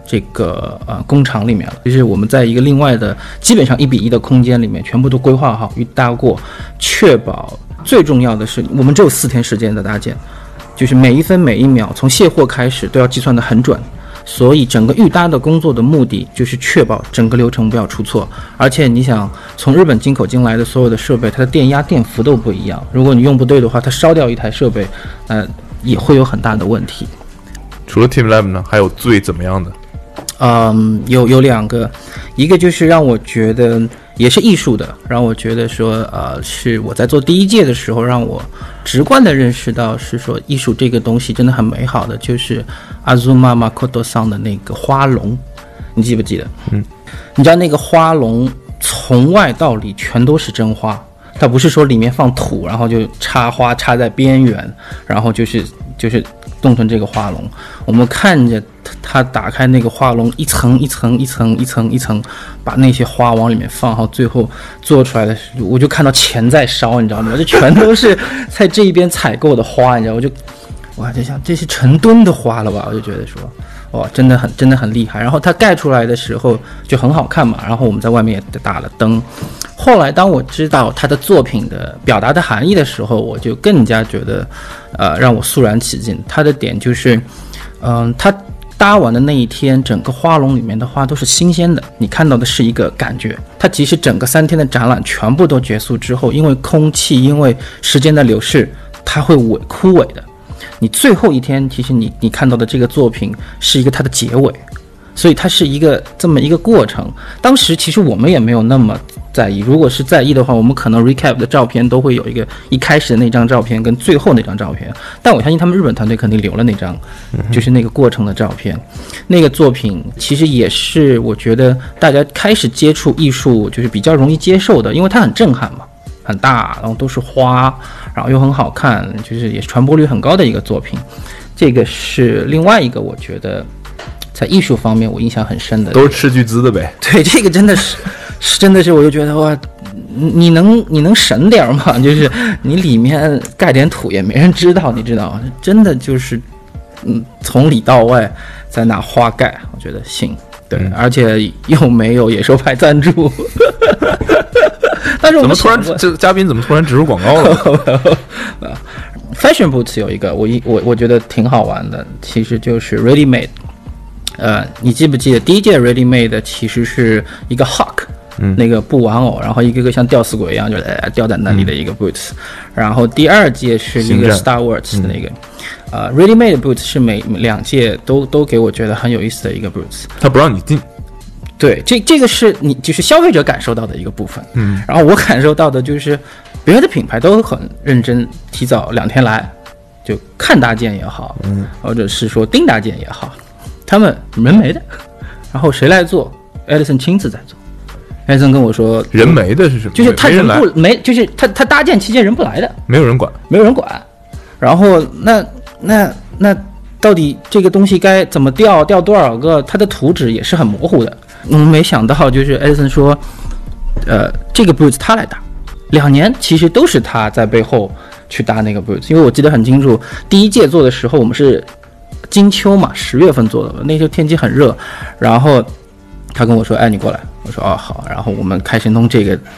这个工厂里面了，就是我们在一个另外的基本上1:1的空间里面，全部都规划好预搭过，确保最重要的是我们只有4天时间的搭建，就是每一分每一秒从卸货开始都要计算得很准。所以整个预搭的工作的目的就是确保整个流程不要出错，而且你想从日本进口进来的所有的设备，它的电压电伏都不一样，如果你用不对的话，它烧掉一台设备也会有很大的问题。 除了 teamLab 呢，还有最怎么样的？ 有2个，一个就是让我觉得也是艺术的，让我觉得说是我在做第1届的时候让我直观的认识到是说艺术这个东西真的很美好的，就是Azuma Makoto 上的那个花笼，你记不记得？你知道那个花笼从外到里全都是真花，它不是说里面放土然后就插花插在边缘，然后就是弄成这个花笼。我们看着他打开那个花笼，一层一层一层一层一层把那些花往里面放好，最后做出来的我就看到钱在烧，你知道吗？这全都是在这一边采购的花，你知道，我就想这是成吨的花了吧，我就觉得说哇，真的很厉害。然后它盖出来的时候就很好看嘛，然后我们在外面也打了灯。后来当我知道他的作品的表达的含义的时候，我就更加觉得让我肃然起敬。他的点就是他搭完的那一天，整个花笼里面的花都是新鲜的，你看到的是一个感觉。它其实整个3天的展览全部都结束之后，因为空气因为时间的流逝，它会枯萎的。你最后一天其实你看到的这个作品是一个它的结尾，所以它是一个这么一个过程。当时其实我们也没有那么在意，如果是在意的话，我们可能 recap 的照片都会有一个一开始的那张照片跟最后那张照片，但我相信他们日本团队肯定留了那张就是那个过程的照片。那个作品其实也是我觉得大家开始接触艺术就是比较容易接受的，因为它很震撼嘛，很大，然后都是花，然后又很好看，就是也是传播率很高的一个作品。这个是另外一个我觉得在艺术方面我印象很深的， 都是斥巨资的呗。 对，这个真的是我就觉得哇，你能省点吗？就是你里面盖点土也没人知道，你知道吗？真的就是从里到外在拿花盖，我觉得行。对，而且又没有野兽派赞助。但是我们怎么突然这个嘉宾怎么突然植入广告了 ？Fashion Boots 有一个我觉得挺好玩的，其实就是 Ready Made。你记不记得第1届 Ready Made 其实是一个 Hawk，那个布玩偶，然后一个个像吊死鬼一样就吊在那里的一个 Boots，然后第2届是一个 Star Wars 的那个。Ready Made Boots 是每2届都给我觉得很有意思的一个 Boots， 他不让你进。 对，这个是你就是消费者感受到的一个部分。然后我感受到的就是别的品牌都很认真，提早2天来就看搭建也好，或者是说订搭建也好，他们人没的，然后谁来做 ？Edison 亲自在做。Edison 跟我说， 人没的是什么？ 就是他人不没，就是他搭建期间人不来的， 没有人管。 然后那到底这个东西该怎么调多少个？它的图纸也是很模糊的。没想到就是 Edison 说，这个 boots 他来搭，2年其实都是他在背后去搭那个 boots。因为我记得很清楚，第1届做的时候我们是金秋嘛，10月份做的，那时候天气很热，然后他跟我说，哎，你过来，我说哦好，然后我们开始弄这个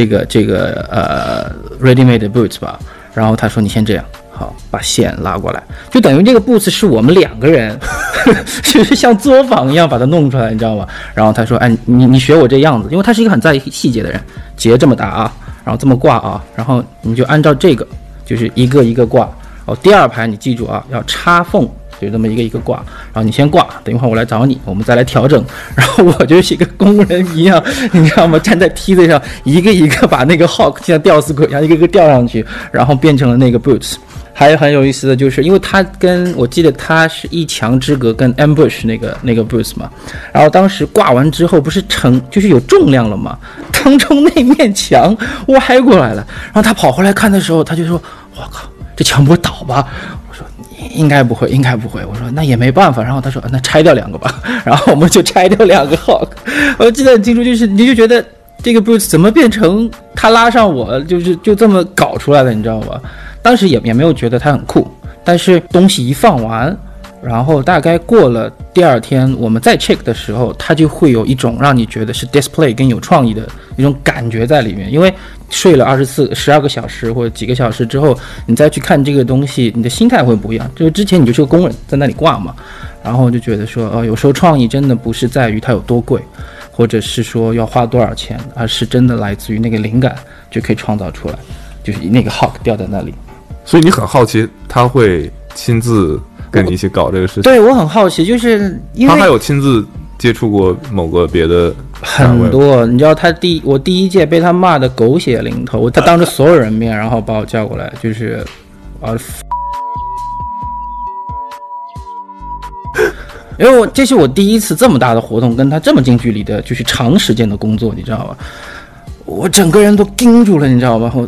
ready made boots 吧，然后他说你先这样。好，把线拉过来，就等于这个 boots 是我们2个人就是像作坊一样把它弄出来，你知道吗？然后他说，哎，你学我这样子，因为他是一个很在意细节的人，结这么大啊，然后这么挂啊，然后你就按照这个，就是一个一个挂。然后第2排你记住啊，要插缝，就这么一个一个挂。然后你先挂，等一会儿我来找你，我们再来调整。然后我就是一个工人一样，你知道吗？站在梯子上，一个一个把那个 Hawk 像吊死鬼一样，一个个吊上去，然后变成了那个 boots。还有很有意思的就是，因为它我记得它是1墙之隔跟 Ambush 那个 booth 嘛，然后当时挂完之后不是就是有重量了嘛，当中那面墙歪过来了，然后他跑回来看的时候，他就说：“我靠，这墙不会倒吧？”我说：“应该不会。”我说：“那也没办法。”然后他说：“那拆掉2个吧。”然后我们就拆掉2个 Hawk。我记得很清楚，就是你就觉得这个 booth 怎么变成他拉上我，就这么搞出来的，你知道吧？当时也没有觉得它很酷，但是东西一放完， 然后大概过了第二天，我们再 check 的时候，它就会有一种让你觉得是 display 更有创意的一种感觉在里面。因为睡了12个小时或者几个小时之后，你再去看这个东西，你的心态会不一样。就是之前你就是个工人在那里挂嘛，然后就觉得说，有时候创意真的不是在于它有多贵，或者是说要花多少钱，而是真的来自于那个灵感就可以创造出来，就是那个 hawk 掉在那里。 所以你很好奇他会亲自跟你一起搞这个事情？ 对，我很好奇，就是因为他还有亲自接触过某个别的很多，你知道我第一届被他骂的狗血淋头，他当着所有人面，然后把我叫过来，就是因为这是我第一次这么大的活动，跟他这么近距离的，就是长时间的工作，你知道吧？我整个人都盯住了，你知道吧？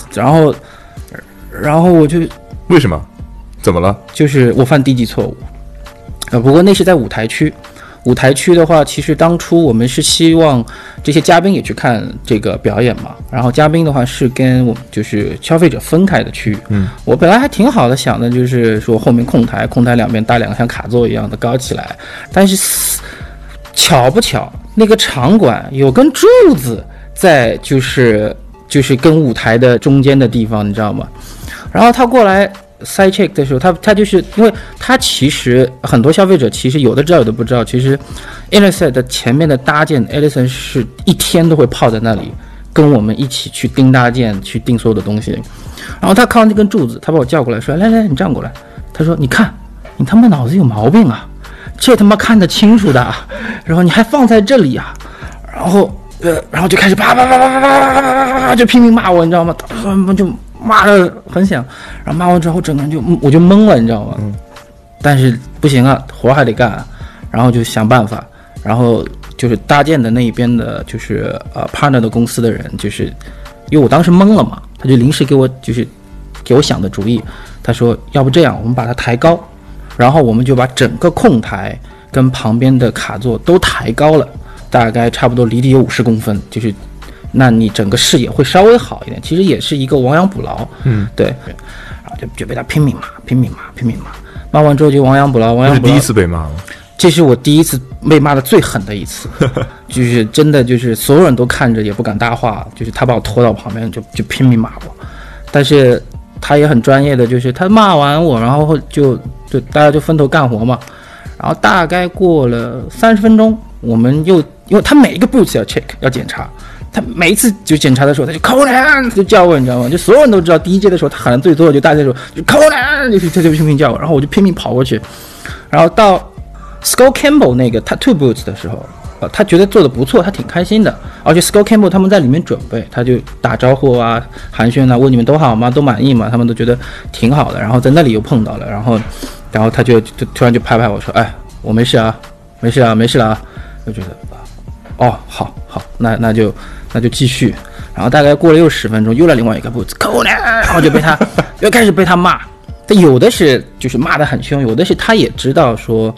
然后我就为什么？怎么了？ 就是我犯低级错误，不过那是在舞台区。舞台区的话，其实当初我们是希望这些嘉宾也去看这个表演嘛，然后嘉宾的话是跟我们就是消费者分开的区域。我本来还挺好的，想的就是说后面控台两边搭两个像卡座一样的高起来，但是巧不巧，那个场馆有根柱子在就是跟舞台的中间的地方，你知道吗？然后他过来side check 的时候，他就是因为他其实很多消费者其实有的知道有的不知道，其实 Ellison 的前面的搭建 Ellison 是一天都会泡在那里跟我们一起去钉搭建，去钉所有的东西。然后他看到那根柱子，他把我叫过来说，来你站过来，他说你看你他妈脑子有毛病啊，这他妈看得清楚的，然后你还放在这里啊，然后就开始啪就拼命骂我，你知道吗？就骂得很响，然后骂完之后整个人我就懵了，你知道吗？但是不行啊，活还得干啊，然后就想办法，然后就是搭建的那一边的，就是partner 的公司的人，就是因为我当时懵了嘛，他就临时给我想的主意，他说要不这样，我们把它抬高，然后我们就把整个控台跟旁边的卡座都抬高了，大概差不多离地有50公分，就是那你整个视野会稍微好一点，其实也是一个亡羊补牢。对，然后就被他拼命骂，骂完之后就亡羊补牢。 这是第一次被骂吗？ 这是我第一次被骂的最狠的一次，就是真的就是所有人都看着也不敢搭话，就是他把我拖到旁边就拼命骂我，但是他也很专业的，就是他骂完我，然后就大家就分头干活嘛，然后大概过了30分钟，我们因为他每一个 booth 要 check 要检查。他每一次就检查的时候，他就Conan就叫我，你知道吗？就所有人都知道，第一届的时候他喊的最多的就大家说就Conan，他就拼命叫我，然后我就拼命跑过去，然后到 Scott Campbell 那个 Tattoo Booth 的时候，他觉得做的不错，他挺开心的，而且 Scott Campbell 他们在里面准备，他就打招呼啊、寒暄啊，问你们都好吗？都满意吗？他们都觉得挺好的，然后在那里又碰到了，然后他就突然就拍拍我说，哎，我没事啊，没事了啊，我觉得哦，好，那就继续，然后大概过了又10分钟，又来另外一个步子，然后就又开始被他骂。他有的是就是骂得很凶，有的是他也知道说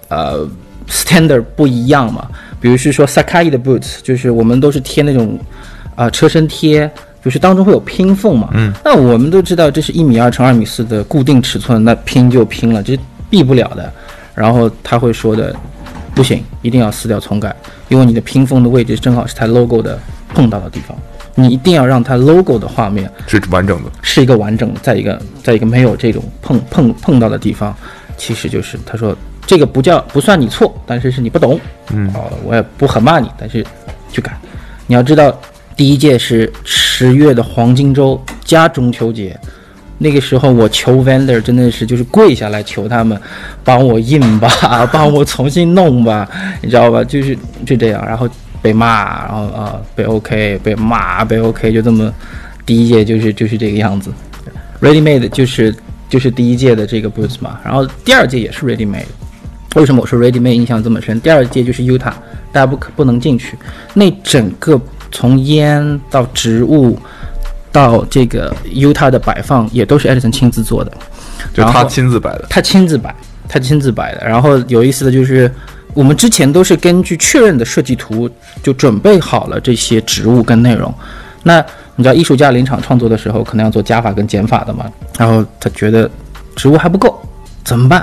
standard 不一样嘛。比如是说 Sakai 的 boots， 就是我们都是贴那种车身贴，就是当中会有拼缝嘛。那我们都知道这是1.2米乘2.4米的固定尺寸，那拼就拼了，这避不了的。然后他会说的不行，一定要撕掉重改，因为你的拼缝的位置正好是它 logo 的碰到的地方，你一定要让它 logo 的画面是完整的， 是一个完整的，在一个没有这种碰到的地方，其实就是他说这个不算你错，但是是你不懂，我也不很骂你，但是去改。你要知道，第一届是10月的黄金周加中秋节。那个时候我求 vendor 真的是就是跪下来求他们帮我印吧，帮我重新弄吧，你知道吧？就这样，然后被骂，然后被 OK， 被骂，被 OK， 就这么第一届就是这个样子。Ready Made 就是第一届的这个 booth 嘛，然后第二届也是 Ready Made。为什么我说 Ready Made 印象这么深？第二届就是 Utah， 大家不能进去，那整个从烟到植物。到这个 Utah 的摆放也都是 Ellison 亲自做的， 就他亲自摆的， 他亲自摆的。然后有意思的就是，我们之前都是根据确认的设计图就准备好了这些植物跟内容。那你知道艺术家临场创作的时候，可能要做加法跟减法的嘛？然后他觉得植物还不够，怎么办？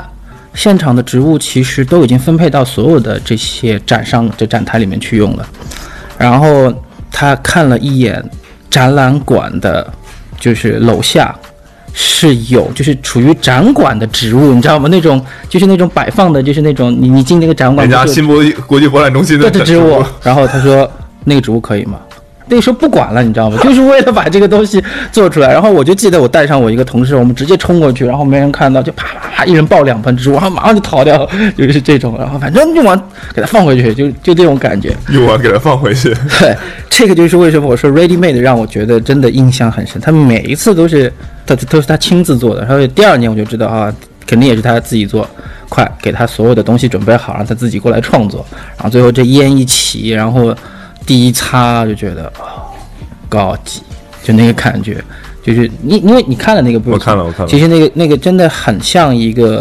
现场的植物其实都已经分配到所有的这些展台里面去用了。然后他看了一眼展览馆的，就是楼下是有就是处于展馆的植物，你知道吗？那种就是那种摆放的，就是那种你进那个展馆， 人家新国际博览中心的植物。然后他说那个植物可以吗？那个时候不管了，你知道吗？就是为了把这个东西做出来。然后我就记得我带上我一个同事，我们直接冲过去，然后没人看到，就啪啪啪，一人抱2盆植物，然后马上就逃掉，就是这种。然后反正用完给它放回去，就这种感觉。 用完给它放回去。 对，这个就是为什么我说 Ready Made 让我觉得真的印象很深。他每一次都是他亲自做的。然后第2年我就知道啊，肯定也是他自己做，快给他所有的东西准备好，让他自己过来创作。然后最后这烟一起，然后第一擦就觉得高级，就那个感觉，就是因为你看了那个部分， 我看了， 其实那个真的很像一个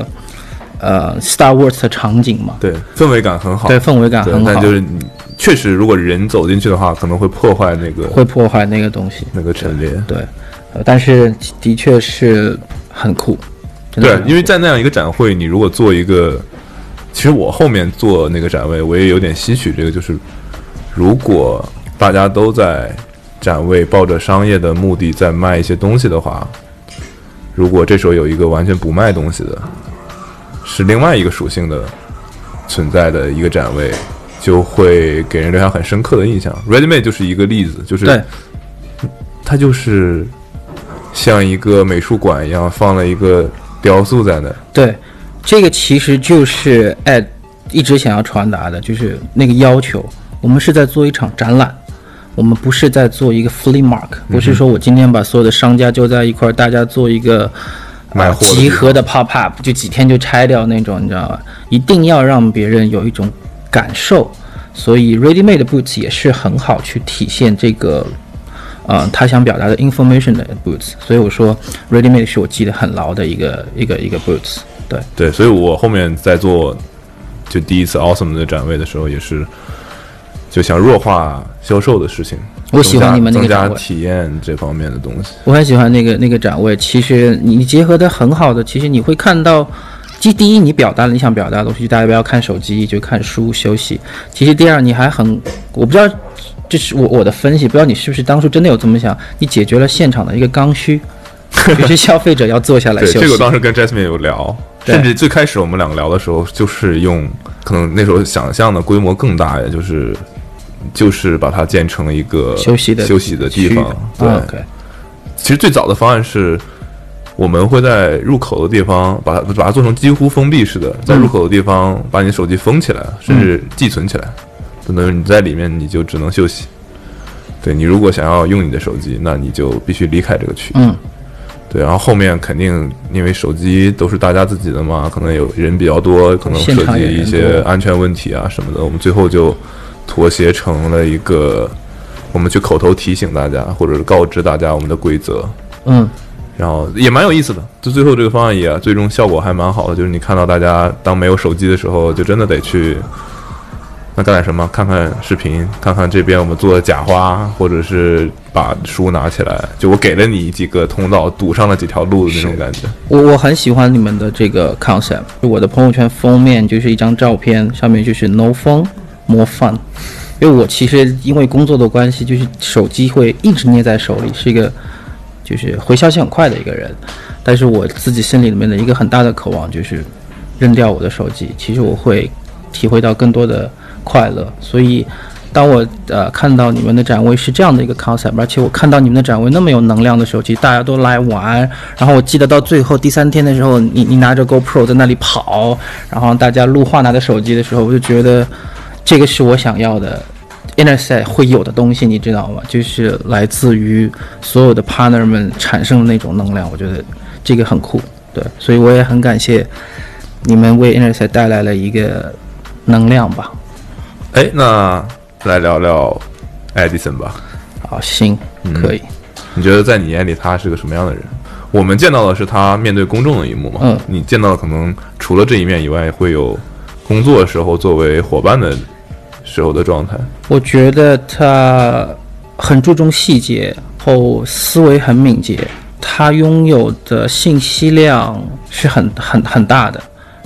Star Wars 的场景嘛， 对，氛围感很好， 对，氛围感很好， 但就是确实如果人走进去的话，可能会破坏那个东西，那个陈列， 对，但是的确是很酷， 对，因为在那样一个展会，你如果做一个，其实我后面做那个展位，我也有点吸取这个，就是如果大家都在展位抱着商业的目的在卖一些东西的话，如果这时候有一个完全不卖东西的，是另外一个属性的存在的一个展位，就会给人留下很深刻的印象。 Ready Made 就是一个例子，就是它就是像一个美术馆一样放了一个雕塑在那。 对，这个其实就是 Ed 一直想要传达的，就是那个要求，我们是在做一场展览，我们不是在做一个 flea market， 不是说我今天把所有的商家就在一块，大家做一个集合的 pop up， 就几天就拆掉那种，你知道吧？一定要让别人有一种感受，所以 Ready Made Boots 也是很好去体现这个他想表达的 information 的 boots， 所以我说 Ready Made 是我记得很牢的一个 boots。 对， 所以我后面在做就第一次 Awesome 的展位的时候，也是就想弱化销售的事情， 我喜欢你们那个展位， 增加体验这方面的东西。 我很喜欢那个展位，其实你结合的很好的，其实你会看到，第一你表达了你想表达的东西，大家不要看手机，就看书休息。其实第二你还我不知道，这是我的分析，不知道你是不是当初真的有这么想，你解决了现场的一个刚需，就是消费者要坐下来休息。 对，这个我当时跟 Jasmine 有聊，甚至最开始我们两个聊的时候，就是用可能那时候想象的规模更大，也就是把它建成一个休息的地方。对、 okay。 其实最早的方案是，我们会在入口的地方把它做成几乎封闭式的，在入口的地方把你的手机封起来，甚至寄存起来，等于你在里面你就只能休息。对，你如果想要用你的手机，那你就必须离开这个区域。对，然后后面肯定因为手机都是大家自己的嘛，可能有人比较多，可能涉及一些安全问题啊什么的，我们最后就妥协成了一个，我们去口头提醒大家，或者是告知大家我们的规则。然后也蛮有意思的，就最后这个方案也最终效果还蛮好的，就是你看到大家当没有手机的时候，就真的得去那干点什么，看看视频，看看这边我们做的假花，或者是把书拿起来，就我给了你几个通道，堵上了几条路的那种感觉。 我很喜欢你们的这个 concept， 我的朋友圈封面就是一张照片，上面就是 no phone more fun， 因为我其实因为工作的关系，就是手机会一直捏在手里，是一个就是回消息很快的一个人，但是我自己心里面的一个很大的渴望就是扔掉我的手机，其实我会体会到更多的快乐。所以当我看到你们的展位是这样的一个 concept， 而且我看到你们的展位那么有能量的时候，其实大家都来玩，然后我记得到最后第3天的时候，你拿着 GoPro 在那里跑，然后大家录画拿着手机的时候，我就觉得这个是我想要的 Intersect 会有的东西，你知道吗？就是来自于所有的 partner 们产生的那种能量，我觉得这个很酷。对，所以我也很感谢你们为 Intersect 带来了一个能量吧。 那来聊聊 Edison 吧。 好，行，可以。 你觉得在你眼里他是个什么样的人？我们见到的是他面对公众的一幕嘛？你见到的可能除了这一面以外，会有工作时候作为伙伴的时候的状态。我觉得他很注重细节，后思维很敏捷，他拥有的信息量是很大的，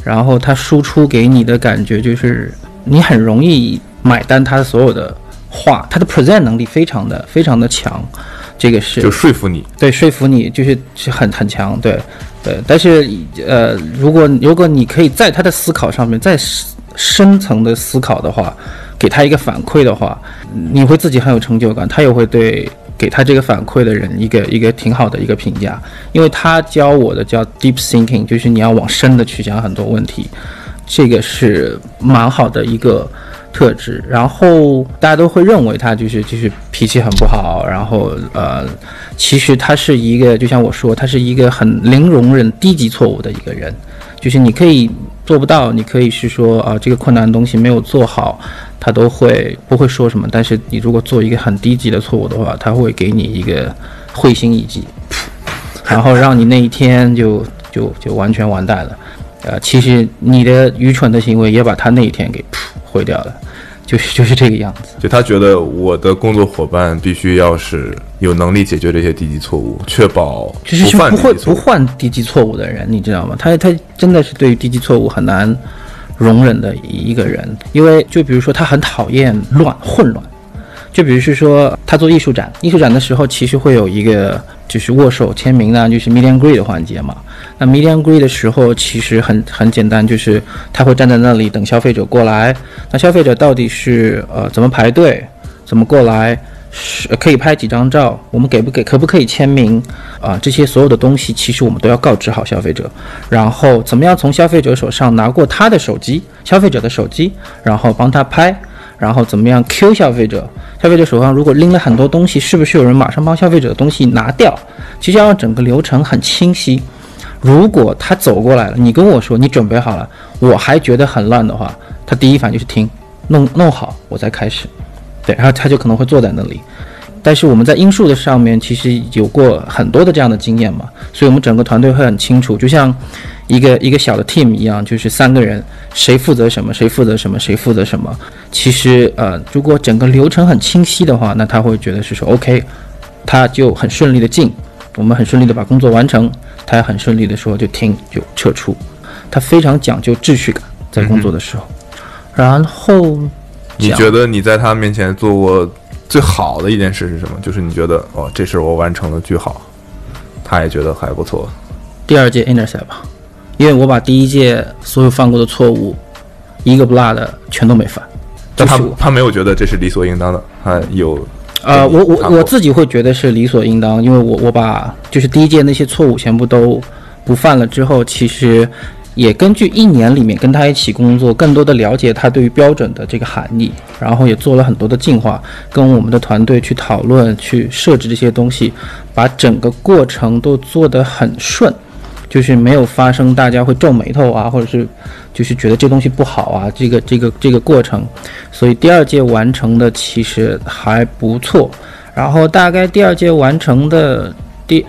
然后他输出给你的感觉就是你很容易买单他所有的话，他的 present 能力非常的强，这个是就说服你， 对，说服你就是很强，对。但是如果你可以在他的思考上面再深层的思考的话，给他一个反馈的话，你会自己很有成就感，他也会给他这个反馈的人一个挺好的一个评价，因为他教我的叫 deep thinking， 就是你要往深的去想很多问题，这个是蛮好的一个特质。然后大家都会认为他就是脾气很不好，然后其实他是一个，就像我说，他是一个很零容忍低级错误的一个人，就是你可以做不到，你可以是说这个困难的东西没有做好，他都不会说什么，但是你如果做一个很低级的错误的话，他会给你一个会心一击，然后让你那一天就完全完蛋了。其实你的愚蠢的行为也把他那一天给毁掉了，就是这个样子。 就他觉得我的工作伙伴必须要是有能力解决这些低级错误，确保就是不犯低级错误的人，你知道吗？他真的是对于低级错误很难容忍的一个人。因为就比如说他很讨厌混乱，就比如说他做艺术展的时候，其实会有一个就是握手签名就是 meet and greet 的环节嘛。那 meet and greet 的时候其实很简单，就是他会站在那里等消费者过来，那消费者到底是怎么排队，怎么过来，可以拍几张照，我们可不可以签名这些所有的东西其实我们都要告知好消费者，然后怎么样从消费者手上拿过他的手机，消费者的手机，然后帮他拍，然后怎么样 Q 消费者手上如果拎了很多东西，是不是有人马上帮消费者的东西拿掉，其实要让整个流程很清晰。如果他走过来了，你跟我说你准备好了，我还觉得很乱的话，他第一反应就是停，弄好我再开始，对，然后他就可能会坐在那里。但是我们在音数的上面其实有过很多的这样的经验嘛，所以我们整个团队会很清楚，就像一个小的 team 一样，就是3个人，谁负责什么，谁负责什么，谁负责什么。其实如果整个流程很清晰的话，那他会觉得是说 OK， 他就很顺利的进，我们很顺利的把工作完成，他也很顺利的说就停就撤出，他非常讲究秩序感在工作的时候。然后你觉得你在他面前做过最好的一件事是什么？就是你觉得这事我完成的巨好，他也觉得还不错。 第2届 Intercept 吧，因为我把第1届所有犯过的错误一个不落的全都没犯。 但他没有觉得这是理所应当的，他有我自己会觉得是理所应当，因为我把就是第1届那些错误全部都不犯了之后，其实也根据1年里面跟他一起工作，更多的了解他对于标准的这个含义，然后也做了很多的进化，跟我们的团队去讨论，去设置这些东西，把整个过程都做得很顺，就是没有发生大家会皱眉头或者是就是觉得这东西不好这个过程。所以第2届完成的其实还不错，然后大概第2届完成的第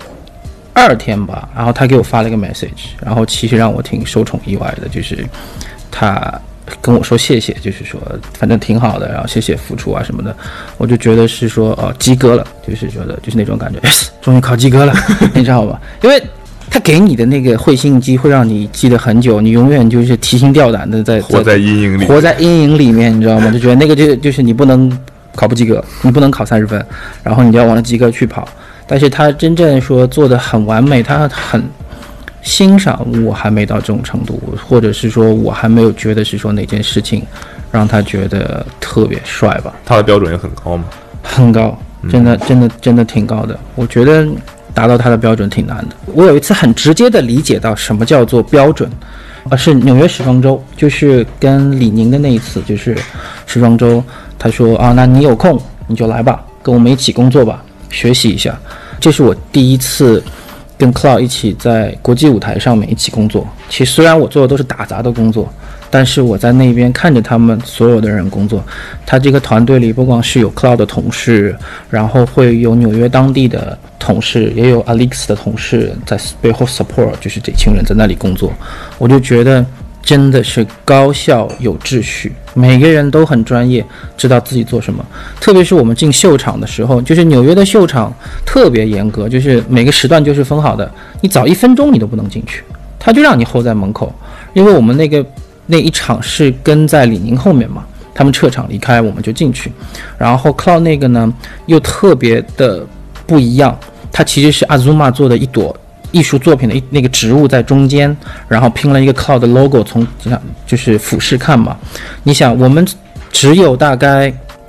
2天吧，然后他给我发了一个 message， 然后其实让我挺受宠意外的，就是他跟我说谢谢，就是说反正挺好的，然后谢谢付出什么的，我就觉得是说及格了，就是觉得就是那种感觉，终于考及格了，你知道吗？因为他给你的那个会心一击会让你记得很久，你永远就是提心吊胆的活在阴影里面，你知道吗？就觉得那个就是你不能考不及格，你不能考30分，然后你就要往及格去跑。但是他真正说做得很完美，他很欣赏我还没到这种程度，或者是说我还没有觉得是说哪件事情让他觉得特别帅吧。 他的标准也很高吗？ 很高，真的挺高的。我觉得达到他的标准挺难的。我有一次很直接的理解到什么叫做标准，是纽约时装周，就是跟李宁的那一次，就是时装周，他说那你有空你就来吧，跟我们一起工作吧，学习一下。这是我第1次跟 Cloud 一起在国际舞台上面一起工作。其实虽然我做的都是打杂的工作，但是我在那边看着他们所有的人工作。他这个团队里不光是有 Cloud 的同事，然后会有纽约当地的同事，也有 Alex 的同事在背后 support， 就是这群人在那里工作。我就觉得真的是高效有秩序，每个人都很专业，知道自己做什么。特别是我们进秀场的时候，就是纽约的秀场特别严格，就是每个时段就是分好的，你早1分钟你都不能进去，他就让你候在门口。 因为我们那一场是跟在李宁后面嘛，他们撤场离开，我们就进去。然后 Cloud 那个呢又特别的不一样，它其实是 Azuma 做的一朵艺术作品的那个植物在中间，然后拼了一个 Cloud 的 logo， 从就是俯视看嘛。你想，我们只有大概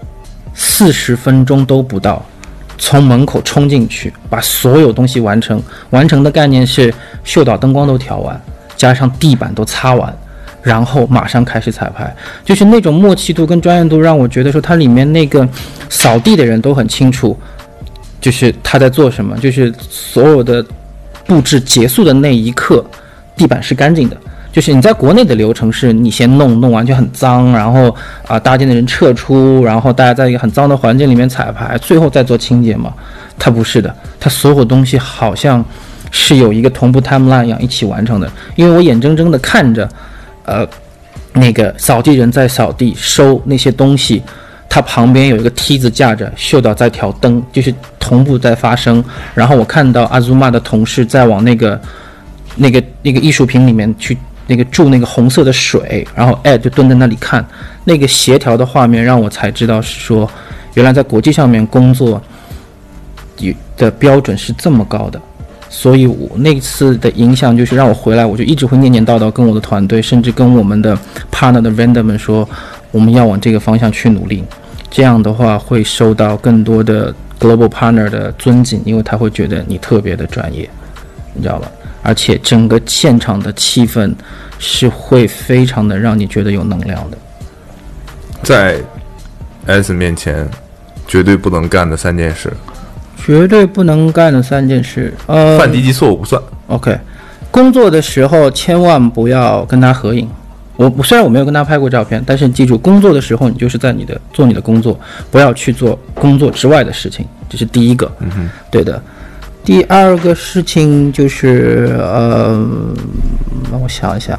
40分钟都不到，从门口冲进去，把所有东西完成。完成的概念是秀导灯光都调完，加上地板都擦完，然后马上开始彩排。就是那种默契度跟专业度，让我觉得说它里面那个扫地的人都很清楚，就是他在做什么，就是所有的布置结束的那一刻，地板是干净的。就是你在国内的流程是你先弄完就很脏，然后搭建的人撤出，然后大家在一个很脏的环境里面彩排，最后再做清洁嘛。它不是的，它所有东西好像是有一个同步 timeline 一样一起完成的。因为我眼睁睁的看着那个扫地人在扫地收那些东西，他旁边有一个梯子架着，秀导在调灯，就是同步在发生。然后我看到 Azuma 的同事在往那个艺术品里面去注那个红色的水，然后 Ed 就蹲在那里看那个协调的画面，让我才知道是说原来在国际上面工作的标准是这么高的。所以我那次的影响就是让我回来，我就一直会念念叨叨跟我的团队，甚至跟我们的 partner 的 vendor 们说，我们要往这个方向去努力。这样的话会受到更多的 global partner 的尊敬，因为他会觉得你特别的专业，你知道吧？而且整个现场的气氛是会非常的让你觉得有能量的。 在 S 面前绝对不能干的3件事。 绝对不能干的3件事， 犯低级错误不算。 OK， 工作的时候千万不要跟他合影。我虽然我没有跟他拍过照片，但是记住，工作的时候你就是在做你的工作，不要去做工作之外的事情，这是第一个。对的。第二个事情就是让我想一想，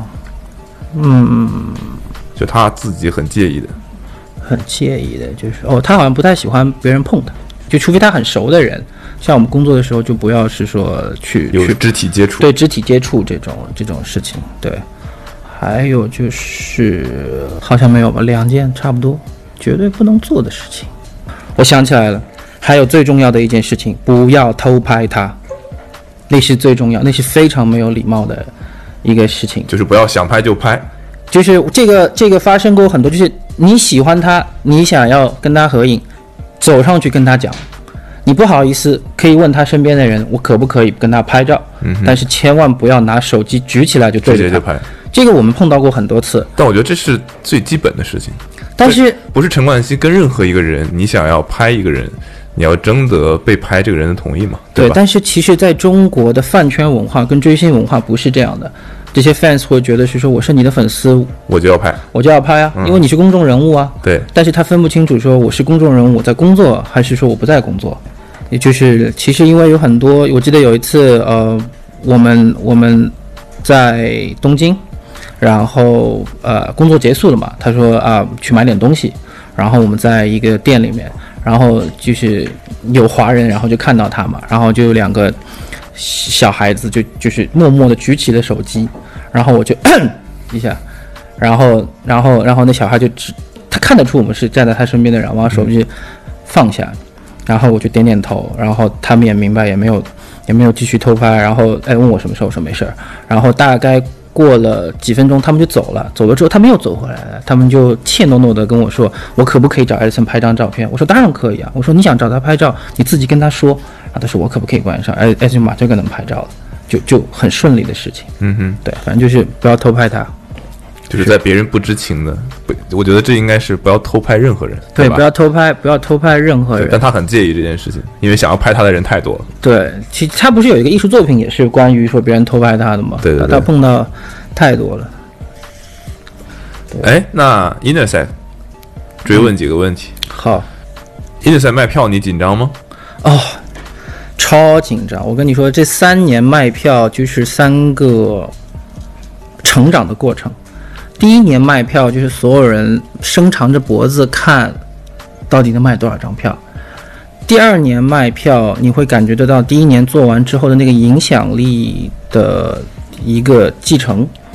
就他自己很介意的就是他好像不太喜欢别人碰他，就除非他很熟的人，像我们工作的时候就不要是说去肢体接触， 对肢体接触这种事情。对，还有就是好像没有吧，2件差不多绝对不能做的事情。我想起来了，还有最重要的一件事情，不要偷拍他，那是最重要，那是非常没有礼貌的一个事情。 就是不要想拍就拍， 就是这个发生过很多，就是你喜欢他，你想要跟他合影，走上去跟他讲，你不好意思可以问他身边的人，我可不可以跟他拍照，但是千万不要拿手机举起来就对着他直接就拍。 这个我们碰到过很多次， 但我觉得这是最基本的事情。 但是不是陈冠希跟任何一个人，你想要拍一个人，你要征得被拍这个人的同意嘛？对吧？ 但是其实在中国的饭圈文化跟追星文化不是这样的，这些 fans 会觉得是说我是你的粉丝，我就要拍啊，因为你是公众人物啊。 对。 但是他分不清楚说我是公众人物，我在工作，还是说我不在工作。也就是其实因为有很多，我记得有一次我们在东京，然后工作结束了嘛，他说去买点东西，然后我们在一个店里面，然后就是有华人，然后就看到他嘛，然后就有2个小孩子就是默默的举起了手机，然后我就一下，然后那小孩就他看得出我们是站在他身边的人，把手机放下，然后我就点点头，然后他们也明白，也没有继续偷拍，然后问我什么事，我说没事，然后大概过了几分钟他们就走了之后他们又走回来了，他们就怯懦懦的跟我说，我可不可以找艾森拍张照片？我说当然可以啊，我说你想找他拍照你自己跟他说，然后他说我可不可以关上，艾森马上就能拍照了，就很顺利的事情。对，反正就是不要偷拍他， 就是在别人不知情的，我觉得这应该是不要偷拍任何人。 对，不要偷拍任何人。 但他很介意这件事情，因为想要拍他的人太多了。 对，其实他不是有一个艺术作品也是关于说别人偷拍他的吗？ 对， 他碰到太多了。 那 Intersect 追问几个问题。 好 ，Intersect 卖票你紧张吗？ 超紧张！我跟你说，这3年卖票就是3个成长的过程。第1年卖票就是所有人伸长着脖子看到底能卖多少张票。第2年卖票你会感觉得到第1年做完之后的那个影响力的一个继承。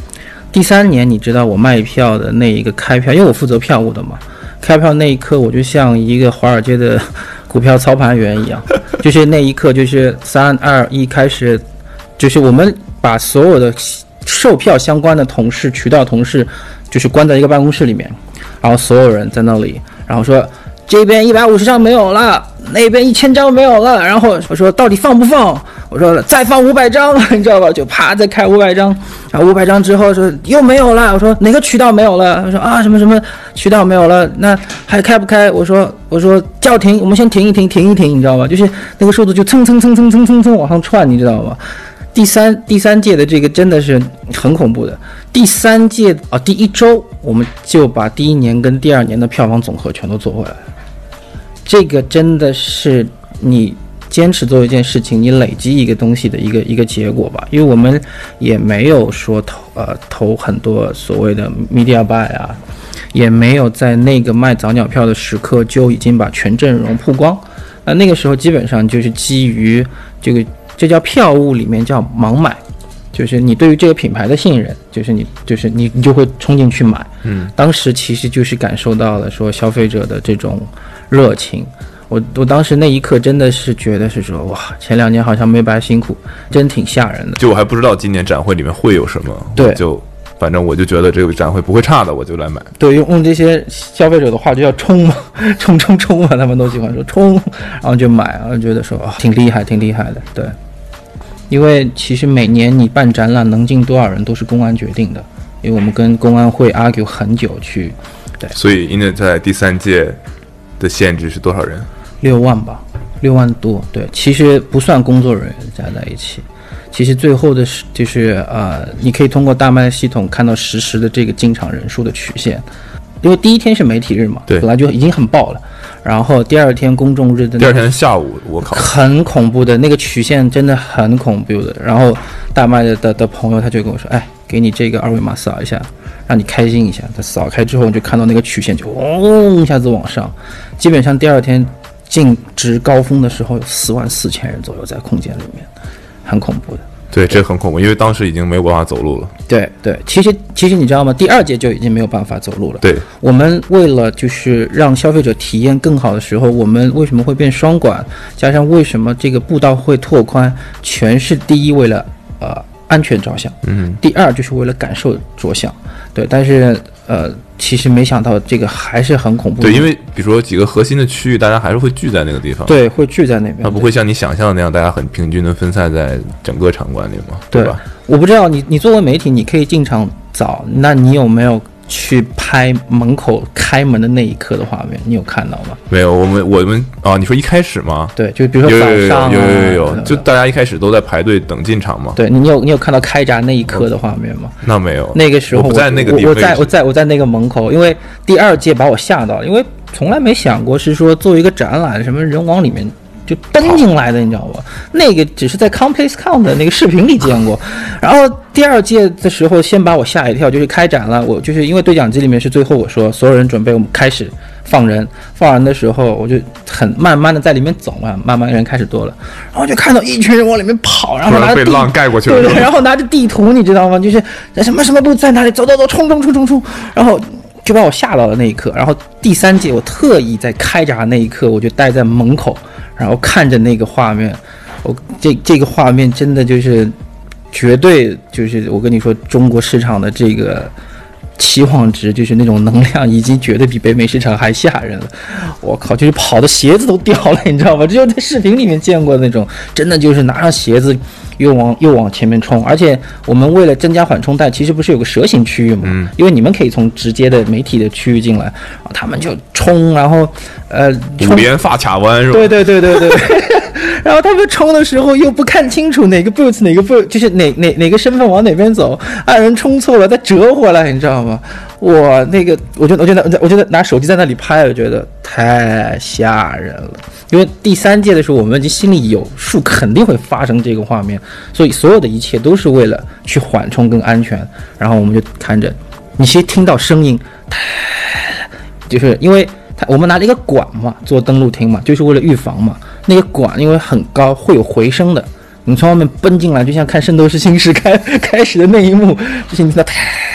第3年，你知道我卖票的那一个开票，因为我负责票务的嘛，开票那一刻我就像一个华尔街的股票操盘员一样，就是那一刻就是3、2、1开始，就是我们把所有的售票相关的同事、渠道同事，就是关在一个办公室里面，然后所有人在那里，然后说这边150张没有了，那边1000张没有了，然后我说到底放不放？我说再放500张，你知道吧？就啪再开500张，然后500张之后说又没有了。我说哪个渠道没有了？我说啊什么什么渠道没有了，那还开不开？我说叫停，我们先停一停，你知道吧？就是那个数字就蹭往上窜，你知道吗？第三届的这个真的是很恐怖的。第3届第1周我们就把第1年跟第2年的票房总和全都做回来了。这个真的是你坚持做一件事情，你累积一个东西的一个结果吧。因为我们也没有说投很多所谓的 media buy 啊，也没有在那个卖早鸟票的时刻就已经把全阵容曝光。那个时候基本上就是基于这叫票务里面叫盲买，就是你对于这个品牌的信任，就是你就会冲进去买。当时其实就是感受到了说消费者的这种热情。我当时那一刻真的是觉得是说哇，前2年好像没白辛苦，真挺吓人的。 就我还不知道今年展会里面会有什么， 对， 反正我就觉得这个展会不会差的，我就来买。 对，用这些消费者的话就叫冲嘛，冲嘛，他们都喜欢说冲，然后就买，然后觉得说挺厉害的，对。因为其实每年你办展览能进多少人都是公安决定的，因为我们跟公安会 argue 很久去，对。 所以因为在第3届的限制是多少人 ？6万吧，6万多。对，其实不算工作人员加在一起，其实最后的就是你可以通过大麦系统看到实时的这个进场人数的曲线。因为第1天是媒体日嘛，对，本来就已经很爆了，然后第2天公众日的第 2天下午，我靠， 很恐怖的那个曲线，真的很恐怖的。然后大麦的朋友他就跟我说，哎，给你这个2维码扫一下，让你开心一下。他扫开之后，你就看到那个曲线就一下子往上，基本上第2天净值高峰的时候有44000人左右在空间里面，很恐怖的。 对，这很恐怖，因为当时已经没有办法走路了。 对，其实你知道吗？第2届就已经没有办法走路了。 对， 我们为了就是让消费者体验更好的时候，我们为什么会变双管？加上为什么这个步道会拓宽，全是第一为了安全着想，第2就是为了感受着想。对，但是其实没想到这个还是很恐怖的。 对，因为比如说几个核心的区域，大家还是会聚在那个地方。 对，会聚在那边。 它不会像你想象的那样，大家很平均的分散在整个场馆里嘛，对吧？ 我不知道你作为媒体，你可以进场早，那你有没有去拍门口开门的那一刻的画面？你有看到吗？ 没有，我们你说一开始吗？ 对，就比如说早上有，就大家一开始都在排队等进场嘛。 对，你有看到开闸那一刻的画面吗？ 那没有， 那个时候我不在那个地方， 我在那个门口，因为第2届把我吓到了，因为从来没想过是说做一个展览，什么人往里面就登进来的，你知道吧？那个只是在 ComplexCon 的那个视频里见过。然后第2届的时候，先把我吓一跳，就是开展了，我就是因为对讲机里面是最后我说所有人准备，我们开始放人的时候，我就很慢慢的在里面走嘛，慢慢人开始多了，然后就看到一群人往里面跑，然后拿着被浪盖过去了， 对，然后拿着地图，你知道吗？就是什么路在哪里，走，冲，然后就把我吓到了那一刻。然后第3届我特意在开闸那一刻，我就待在门口，然后看着那个画面，这个画面真的就是绝对就是我跟你说，中国市场的这个期望值，就是那种能量已经绝对比北美市场还吓人了。我靠，就是跑的鞋子都掉了，你知道吗？只有在视频里面见过那种，真的就是拿上鞋子又往前面冲。而且我们为了增加缓冲带，其实不是有个蛇形区域吗？因为你们可以从直接的媒体的区域进来，然后他们就冲，然后五连发卡弯是吧？ 对。然后他们冲的时候又不看清楚哪个 boots 哪个 boot， 就是哪个身份往哪边走，按人冲错了再折回来，你知道吗？我觉得拿手机在那里拍，我觉得太吓人了。因为第3届的时候，我们已经心里有数，肯定会发生这个画面，所以所有的一切都是为了去缓冲跟安全。然后我们就看着，你其实听到声音，就是因为我们拿了一个管嘛，做登陆厅嘛，就是为了预防嘛。那个管因为很高，会有回声的。你从外面奔进来，就像看《圣斗士星矢》开始的那一幕，就是你听到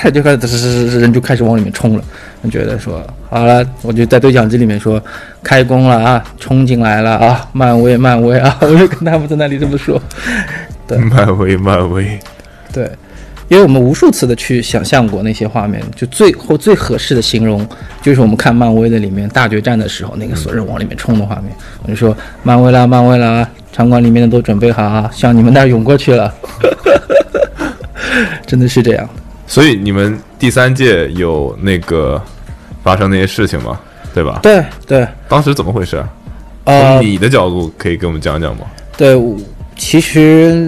就开始人就开始往里面冲了，我觉得说好了，我就在对讲机里面说开工了啊，冲进来了啊，漫威啊，我就跟他们在那里这么说。对， 漫威， 对。因为我们无数次的去想象过那些画面，就最合适的形容就是我们看漫威的里面大决战的时候，那个所有人往里面冲的画面。我就说漫威啦，场馆里面的都准备好啊，向你们那儿涌过去了。真的是这样。 所以你们第3届有那个发生那些事情吗？对吧？ 对。 当时怎么回事啊？从你的角度可以给我们讲讲吗？ 对，其实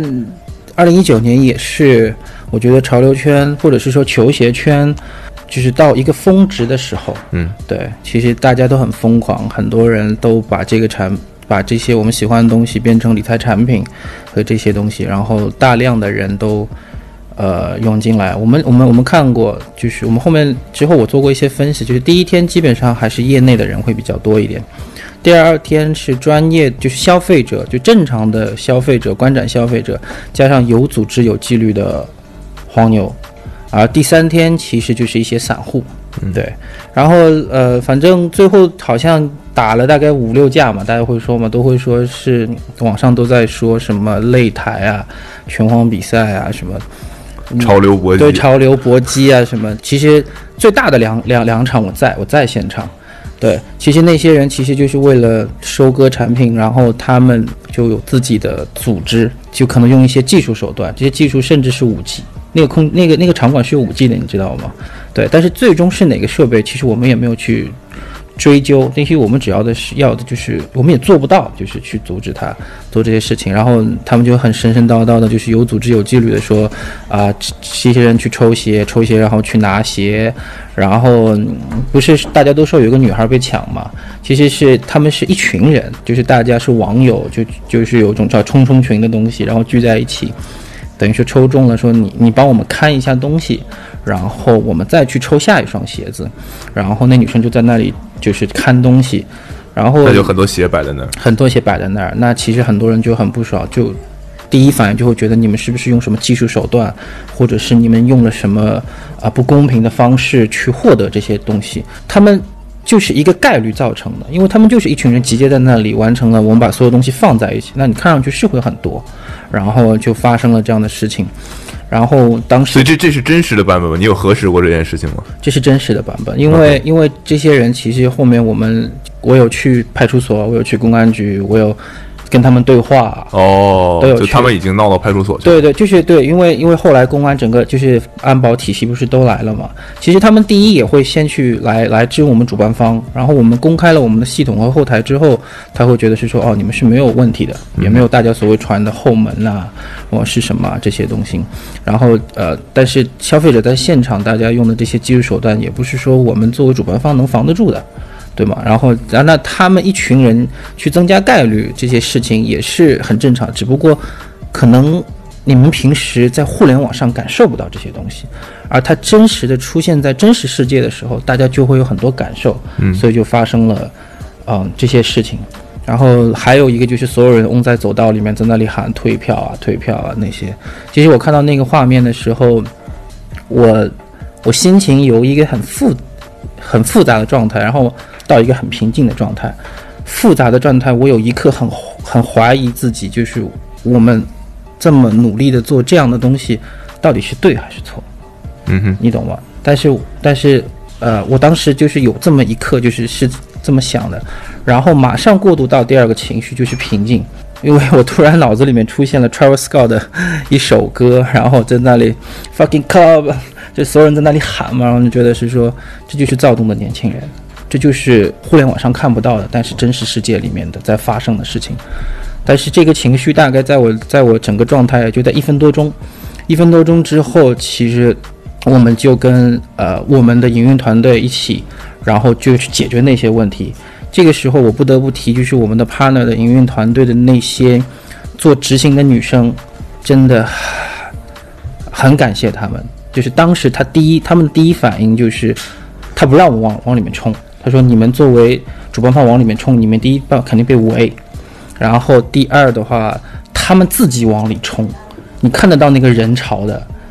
2019年也是。我觉得潮流圈或者是说球鞋圈就是到一个峰值的时候，对，其实大家都很疯狂，很多人都把这些我们喜欢的东西变成理财产品和这些东西，然后大量的人都涌进来。我们看过，就是我们后面之后我做过一些分析，就是第一天基本上还是业内的人会比较多一点，第二天是专业，就是消费者，就正常的消费者、观展消费者，加上有组织有纪律的黄牛，而第3天其实就是一些散户，对，然后反正最后好像打了大概5、6架嘛，大家会说嘛，都会说是网上都在说什么擂台啊、拳皇比赛啊什么。 潮流搏击， 对，潮流搏击啊什么，其实最大的两场我在现场，对，其实那些人其实就是为了收割产品，然后他们就有自己的组织，就可能用一些技术手段，这些技术甚至是5G，那个场馆是有5G的，你知道吗？对，但是最终是哪个设备，其实我们也没有去追究，那些我们只要的就是我们也做不到，就是去阻止他做这些事情，然后他们就很神神叨叨的，就是有组织有纪律的说这些人去抽鞋，然后去拿鞋，然后不是大家都说有一个女孩被抢嘛，其实是他们是一群人，就是大家是网友，就是有一种叫冲群的东西，然后聚在一起，等于说抽中了，说你帮我们看一下东西，然后我们再去抽下一双鞋子，然后那女生就在那里就是看东西，然后那就很多鞋摆在那儿， 那其实很多人就很不爽，就第一反应就会觉得你们是不是用什么技术手段，或者是你们用了什么不公平的方式去获得这些东西，他们就是一个概率造成的，因为他们就是一群人集结在那里完成了，我们把所有东西放在一起，那你看上去是会很多，然后就发生了这样的事情。然后当时， 所以这是真实的版本吗？你有核实过这件事情吗？ 这是真实的版本，因为这些人其实后面我有去派出所，我有去公安局，我有跟他们对话就他们已经闹到派出所去了。 对，就是对，因为后来公安整个就是安保体系不是都来了嘛，其实他们第一也会先去来支援我们主办方，然后我们公开了我们的系统和后台之后，他会觉得是说你们是没有问题的，也没有大家所谓传的后门啊是什么这些东西，然后但是消费者在现场大家用的这些技术手段也不是说我们作为主办方能防得住的，对吗？然后那他们一群人去增加概率，这些事情也是很正常，只不过可能你们平时在互联网上感受不到这些东西，而它真实的出现在真实世界的时候，大家就会有很多感受，所以就发生了这些事情。然后还有一个就是所有人拥在走道里面，在那里喊退票啊那些。其实我看到那个画面的时候，我心情由一个很复杂的状态，然后到一个很平静的状态。复杂的状态，我有一刻很怀疑自己，就是我们这么努力的做这样的东西，到底是对还是错？你懂吗？但是我当时就是有这么一刻，是这么想的，然后马上过渡到第二个情绪，就是平静。因为我突然脑子里面出现了 Travis Scott 的一首歌，然后在那里 fucking club， 就所有人在那里喊嘛，然后就觉得是说这就是躁动的年轻人，这就是互联网上看不到的，但是真实世界里面的在发生的事情。但是这个情绪大概在我整个状态就在1分多钟之后，其实我们就跟我们的营运团队一起，然后就去解决那些问题。这个时候我不得不提，就是我们的 partner 的营运团队的那些做执行的女生，真的很感谢他们。就是当时他们的第一反应就是他不让我往里面冲，他说你们作为主办方往里面冲，你们第一肯定被围，然后第二的话他们自己往里冲，你看得到那个人潮的，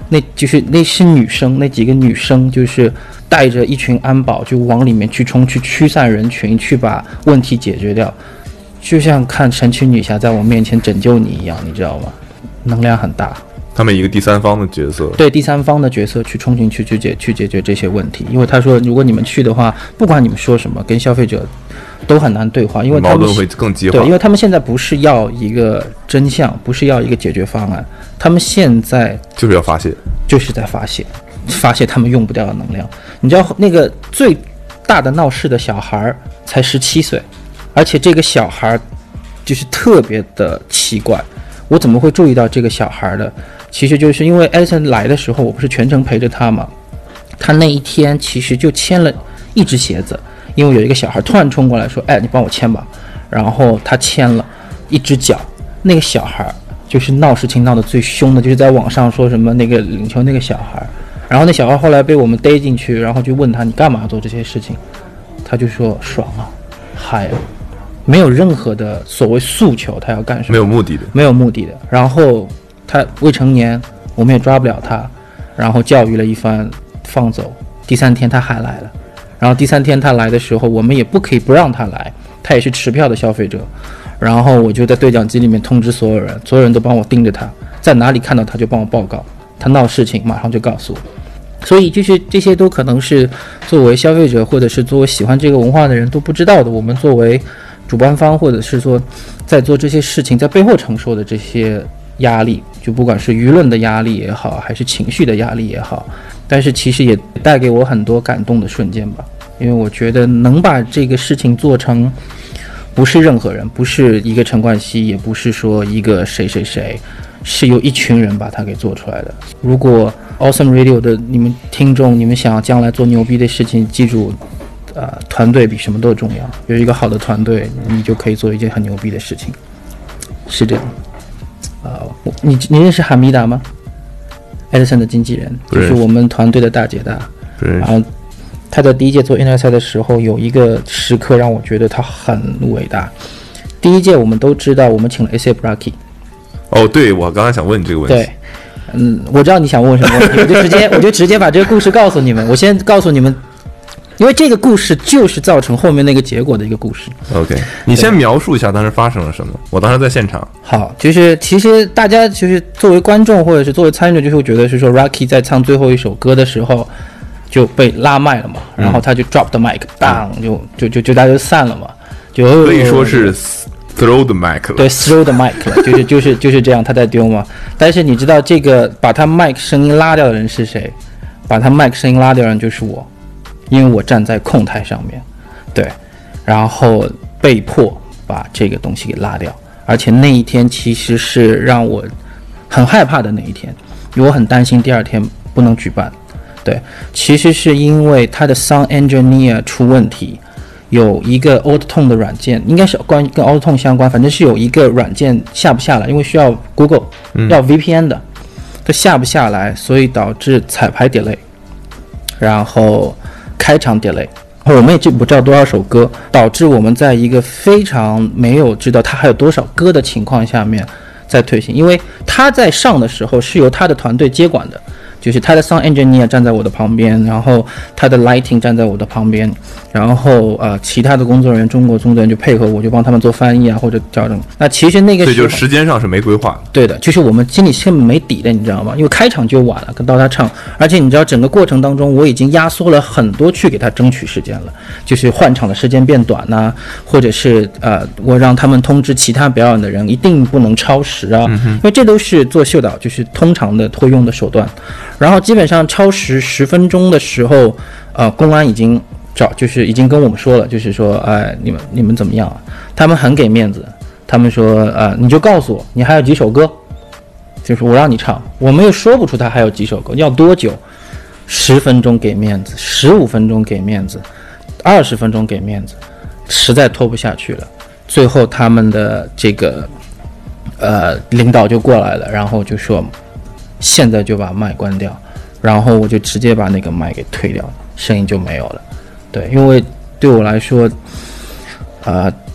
那是女生，那几个女生就是带着一群安保就往里面去冲，去驱散人群，去把问题解决掉，就像看神奇女侠在我面前拯救你一样，你知道吗？能量很大。 他们一个第三方的角色， 对第三方的角色去冲进去去解决这些问题，因为他说如果你们去的话，不管你们说什么，跟消费者都很难对话，因为他们矛盾会更激化。 对，因为他们现在不是要一个真相，不是要一个解决方案，他们现在就是要发泄， 就是在发泄他们用不掉的能量。你知道那个最大的闹事的小孩才17岁，而且这个小孩就是特别的奇怪。我怎么会注意到这个小孩的？其实就是因为艾森来的时候，我不是全程陪着他嘛。他那一天其实就牵了一只鞋子，因为有一个小孩突然冲过来说：“哎，你帮我牵吧。”然后他牵了一只脚。那个小孩就是闹事情闹得最凶的，就是在网上说什么那个领球那个小孩。然后那小孩后来被我们逮进去，然后就问他：“你干嘛做这些事情？”他就说：“爽啊，嗨啊。”没有任何的所谓诉求，他要干什么？ 没有目的的， 没有目的的。然后他未成年，我们也抓不了他，然后教育了一番，放走。第3天他还来了，然后第3天他来的时候，我们也不可以不让他来，他也是持票的消费者。然后我就在对讲机里面通知所有人，所有人都帮我盯着他，在哪里看到他就帮我报告，他闹事情马上就告诉我。所以就是这些都可能是作为消费者或者是作为喜欢这个文化的人都不知道的，我们作为主办方或者是说在做这些事情在背后承受的这些压力，就不管是舆论的压力也好，还是情绪的压力也好，但是其实也带给我很多感动的瞬间吧。因为我觉得能把这个事情做成，不是任何人，不是一个陈冠希，也不是说一个谁谁谁，是由一群人把它给做出来的。如果 Awesome Radio 的你们听众，你们想要将来做牛逼的事情，记住团队比什么都重要。有一个好的团队，你就可以做一件很牛逼的事情，是这样。你认识哈密达吗？艾德森的经纪人，就是我们团队的大姐大。然后他在第一届做 Inner 赛的时候，有一个时刻让我觉得他很伟大。第一届我们都知道，我们请了 A$AP Rocky。 哦，对，我刚才想问你这个问题。 对，我知道你想问什么问题，我就直接把这个故事告诉你们。我先告诉你们。因为这个故事就是造成后面那个结果的一个故事。 OK， 你先描述一下当时发生了什么。我当时在现场。 好，就是其实大家就是作为观众或者是作为参与者，就会觉得是说 Rocky 在唱最后一首歌的时候就被拉麦了嘛，然后他就 drop the mic， 当就大家就散了嘛，就可以说是 throw the mic 了。 对 ，throw the mic 了，就是这样，他在丢嘛。但是你知道这个把他麦声音拉掉的人是谁？把他麦声音拉掉的人就是我。因为我站在控台上面，对，然后被迫把这个东西给拉掉，而且那一天其实是让我很害怕的那一天，因为我很担心第2天不能举办。对，其实是因为他的 sound engineer 出问题，有一个 Auto-Tune 的软件，应该是跟 Auto-Tune 相关，反正是有一个软件下不下来，因为需要 Google 要 VPN 的，它下不下来，所以导致彩排 delay， 然后开场 delay， 我们也不知道多少首歌，导致我们在一个非常没有知道他还有多少歌的情况下面在推行，因为他在上的时候是由他的团队接管的，就是他的 sound engineer 站在我的旁边，然后他的 lighting 站在我的旁边，然后其他的工作人员，中国工作人员就配合我，就帮他们做翻译啊或者调整。那其实那个对，就是时间上是没规划。 对的，就是我们心里根本没底的，你知道吗？因为开场就晚了，到他唱，而且你知道整个过程当中，我已经压缩了很多去给他争取时间了，就是换场的时间变短呐，或者是我让他们通知其他表演的人一定不能超时啊，因为这都是做秀导就是通常的会用的手段。然后基本上超时10分钟的时候，公安已经就是已经跟我们说了，就是说，你们怎么样啊？他们很给面子，他们说，你就告诉我你还有几首歌，就是我让你唱，我们又说不出他还有几首歌，要多久？10分钟给面子，15分钟给面子，20分钟给面子，实在拖不下去了，最后他们的这个领导就过来了，然后就说。现在就把麦关掉，然后我就直接把那个麦给退掉，声音就没有了。对，因为对我来说，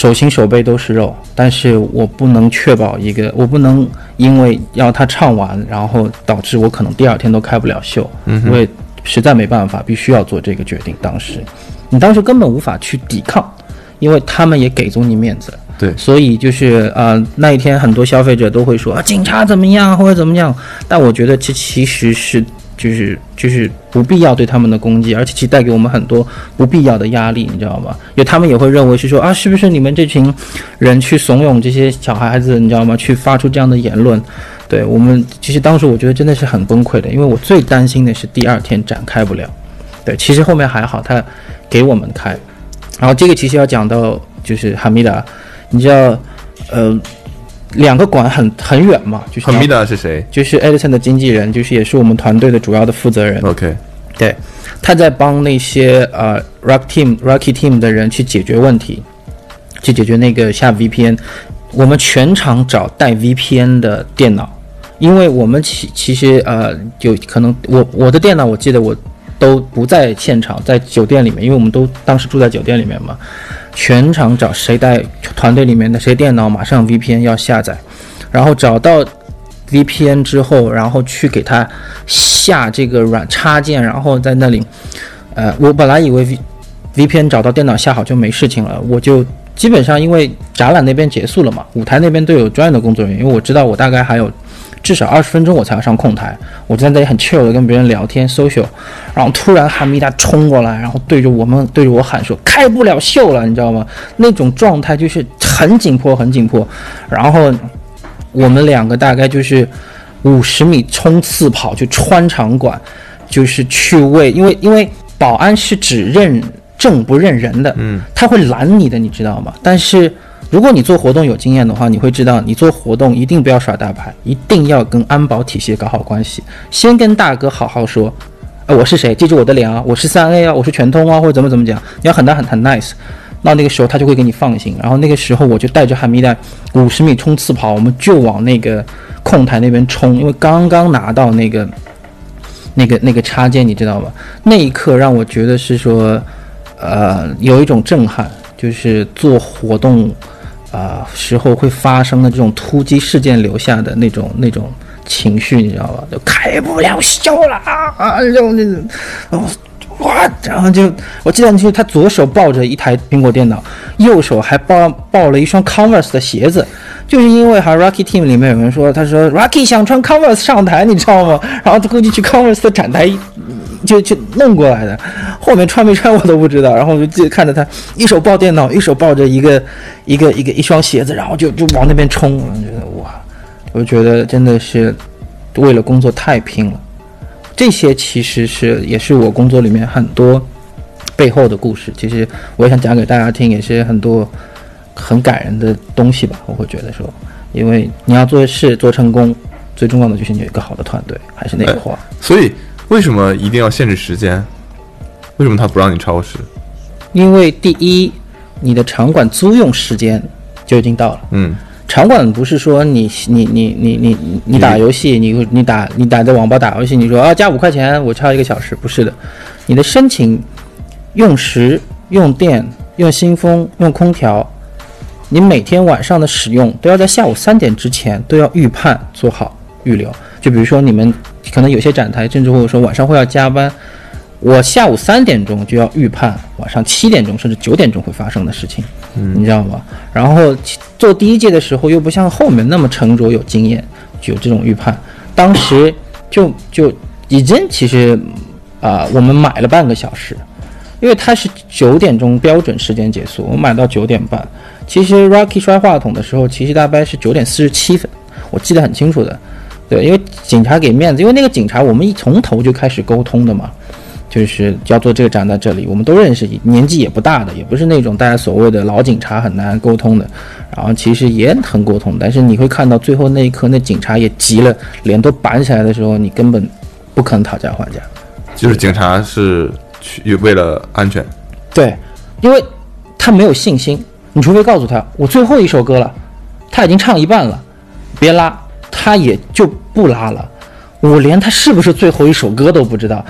手心手背都是肉，但是我不能确保我不能因为要他唱完，然后导致我可能第二天都开不了秀，我也实在没办法，必须要做这个决定。你当时根本无法去抵抗，因为他们也给足你面子。 对， 所以就是那一天很多消费者都会说警察怎么样或者怎么样，但我觉得这其实是就是不必要对他们的攻击，而且其实带给我们很多不必要的压力，你知道吗？因为他们也会认为是说是不是你们这群人去怂恿这些小孩子，你知道吗？去发出这样的言论。对，我们其实当时我觉得真的是很崩溃的，因为我最担心的是第二天展开不了。对，其实后面还好，他给我们开。然后这个其实要讲到就是哈密达，你知道两个馆很远嘛，就是哈密达是谁？ 就是 Edison 的经纪人，就是也是我们团队的主要的负责人。 OK， 对，他在帮那些Rocky Team 的人去解决问题，去解决那个下 VPN。我们全场找带 VPN 的电脑，因为我们其实就可能我的电脑我记得我都不在现场，在酒店里面，因为我们都当时住在酒店里面嘛。全场找谁带团队里面的谁电脑马上 VPN 要下载，然后找到 VPN 之后，然后去给他下这个软插件，然后在那里我本来以为 VPN 找到电脑下好就没事情了，我就基本上因为展览那边结束了嘛，舞台那边都有专业的工作人员，因为我知道我大概还有至少20分钟我才要上控台，我在那里很 chill 的跟别人聊天 social， 然后突然哈密达冲过来，然后对着我喊说开不了秀了，你知道吗？那种状态就是很紧迫很紧迫，然后我们两个大概就是50米冲刺跑就穿场馆，就是去为因为保安是只认证不认人的，他会拦你的，你知道吗？但是如果你做活动有经验的话，你会知道你做活动一定不要耍大牌，一定要跟安保体系搞好关系，先跟大哥好好说我是谁，记住我的脸啊，我是3A 啊，我是全通啊，或者怎么讲，你要很 nice， 那个时候他就会给你放心。然后那个时候我就带着哈密达50米冲刺跑，我们就往那个控台那边冲，因为刚刚拿到那个插件，你知道吗？那一刻让我觉得是说有一种震撼，就是做活动时候会发生的这种突击事件留下的那种情绪，你知道吧？就开不了秀了然后就我记得就是他左手抱着一台苹果电脑，右手还抱了一双 Converse 的鞋子，就是因为Rocky Team 里面有人说，他说 Rocky 想穿 Converse 上台，你知道吗？然后他估计去 Converse 的展台就弄过来的，后面穿没穿我都不知道。然后我就看着他一手抱电脑，一手抱着一双鞋子，然后就往那边冲。我觉得真的是为了工作太拼了。这些其实也是我工作里面很多背后的故事，其实我也想讲给大家听，也是很多很感人的东西吧。我会觉得说，因为你要做事做成功，最重要的就是你有一个好的团队，还是那个话。 所以为什么一定要限制时间？为什么他不让你超时？ 因为第一，你的场馆租用时间就已经到了。场馆不是说你打游戏，你打在网吧打游戏，你说加5块钱我超1个小时，不是的。你的申请、用时、用电、用新风、用空调，你每天晚上的使用都要在下午3点之前都要预判做好预留。就比如说你们可能有些展台甚至会说晚上会要加班，我下午3点钟就要预判晚上7点钟甚至9点钟会发生的事情，你知道吗？然后做第一届的时候又不像后面那么沉着有经验，就有这种预判。当时就已经其实我们买了半个小时，因为它是9点钟标准时间结束，我们买到9点半。其实 Rocky 摔话筒的时候，其实大概是9点47分，我记得很清楚的。对，因为警察给面子，因为那个警察我们从头就开始沟通的嘛。就是要做这个展在这里，我们都认识，年纪也不大的，也不是那种大家所谓的老警察很难沟通的，然后其实也很沟通，但是你会看到最后那一刻，那警察也急了，脸都板起来的时候，你根本不可能讨价还价。 就是警察是为了安全， 对，因为他没有信心，你除非告诉他我最后一首歌了，他已经唱一半了，别拉，他也就不拉了。我连他是不是最后一首歌都不知道。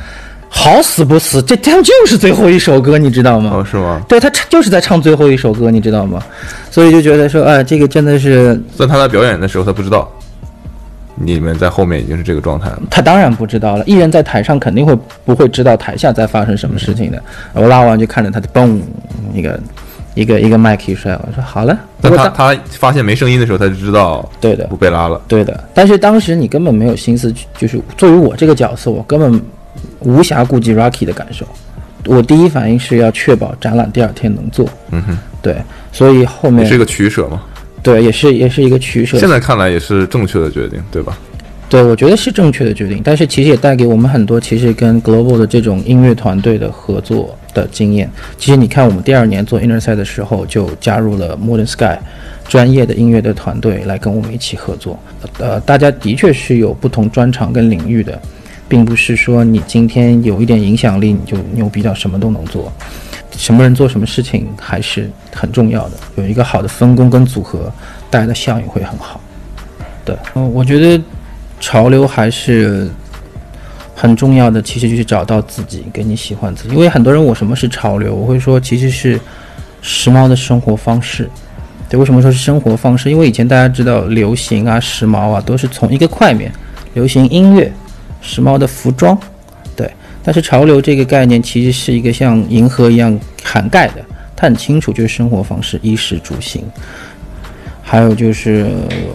好死不死，这就是最后一首歌，你知道吗？ 哦，是吗？ 对，他就是在唱最后一首歌，你知道吗？所以就觉得说，这个真的是。 但他在表演的时候，他不知道你们在后面已经是这个状态了。 他当然不知道了，艺人在台上肯定不会知道台下在发生什么事情的。我拉完就看着他，嘣，一个麦克一摔，我说好了。 但他发现没声音的时候，他就知道对的不被拉了。 对的，但是当时你根本没有心思，就是作为我这个角色，我根本无暇顾及 Rocky 的感受。我第一反应是要确保展览第二天能做。对，所以后面也是一个取舍嘛。 对，也是一个取舍。 现在看来也是正确的决定，对吧？ 对，我觉得是正确的决定，但是其实也带给我们很多其实跟 Global 的这种音乐团队的合作的经验。其实你看我们第2年做 Inner Side 的时候，就加入了 Modern Sky 专业的音乐的团队来跟我们一起合作。大家的确是有不同专长跟领域的，并不是说你今天有一点影响力你就牛逼到什么都能做。什么人做什么事情还是很重要的，有一个好的分工跟组合，带来的效应会很好。对，我觉得潮流还是很重要的，其实就是找到自己，跟你喜欢自己。因为很多人问我什么是潮流，我会说其实是时髦的生活方式。对，为什么说是生活方式？因为以前大家知道流行啊、时髦啊，都是从一个块面，流行音乐、时髦的服装。对，但是潮流这个概念其实是一个像银河一样涵盖的，它很清楚，就是生活方式、衣食住行，还有就是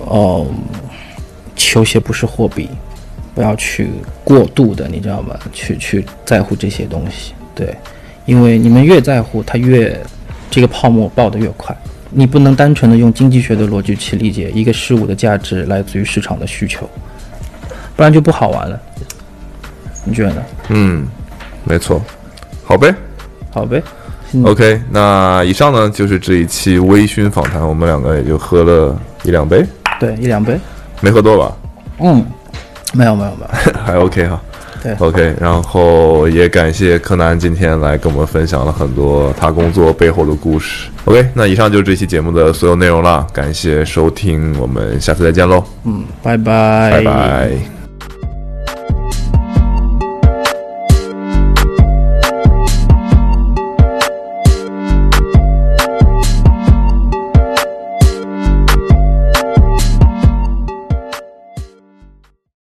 球鞋不是货币，不要去过度的，你知道吗？去在乎这些东西。对，因为你们越在乎，它这个泡沫爆得越快。你不能单纯的用经济学的逻辑去理解一个事物的价值来自于市场的需求，不然就不好玩了。你觉得呢？ 没错。好呗。OK， 那以上呢就是这一期微醺访谈，我们2个也就喝了1-2杯。 对，1-2杯。 没喝多吧？ 没有， 还 OK 哈。 对 ，OK， 然后也感谢柯南今天来跟我们分享了很多他工作背后的故事。OK， 那以上就是这期节目的所有内容了，感谢收听，我们下次再见喽。 拜拜。 拜拜。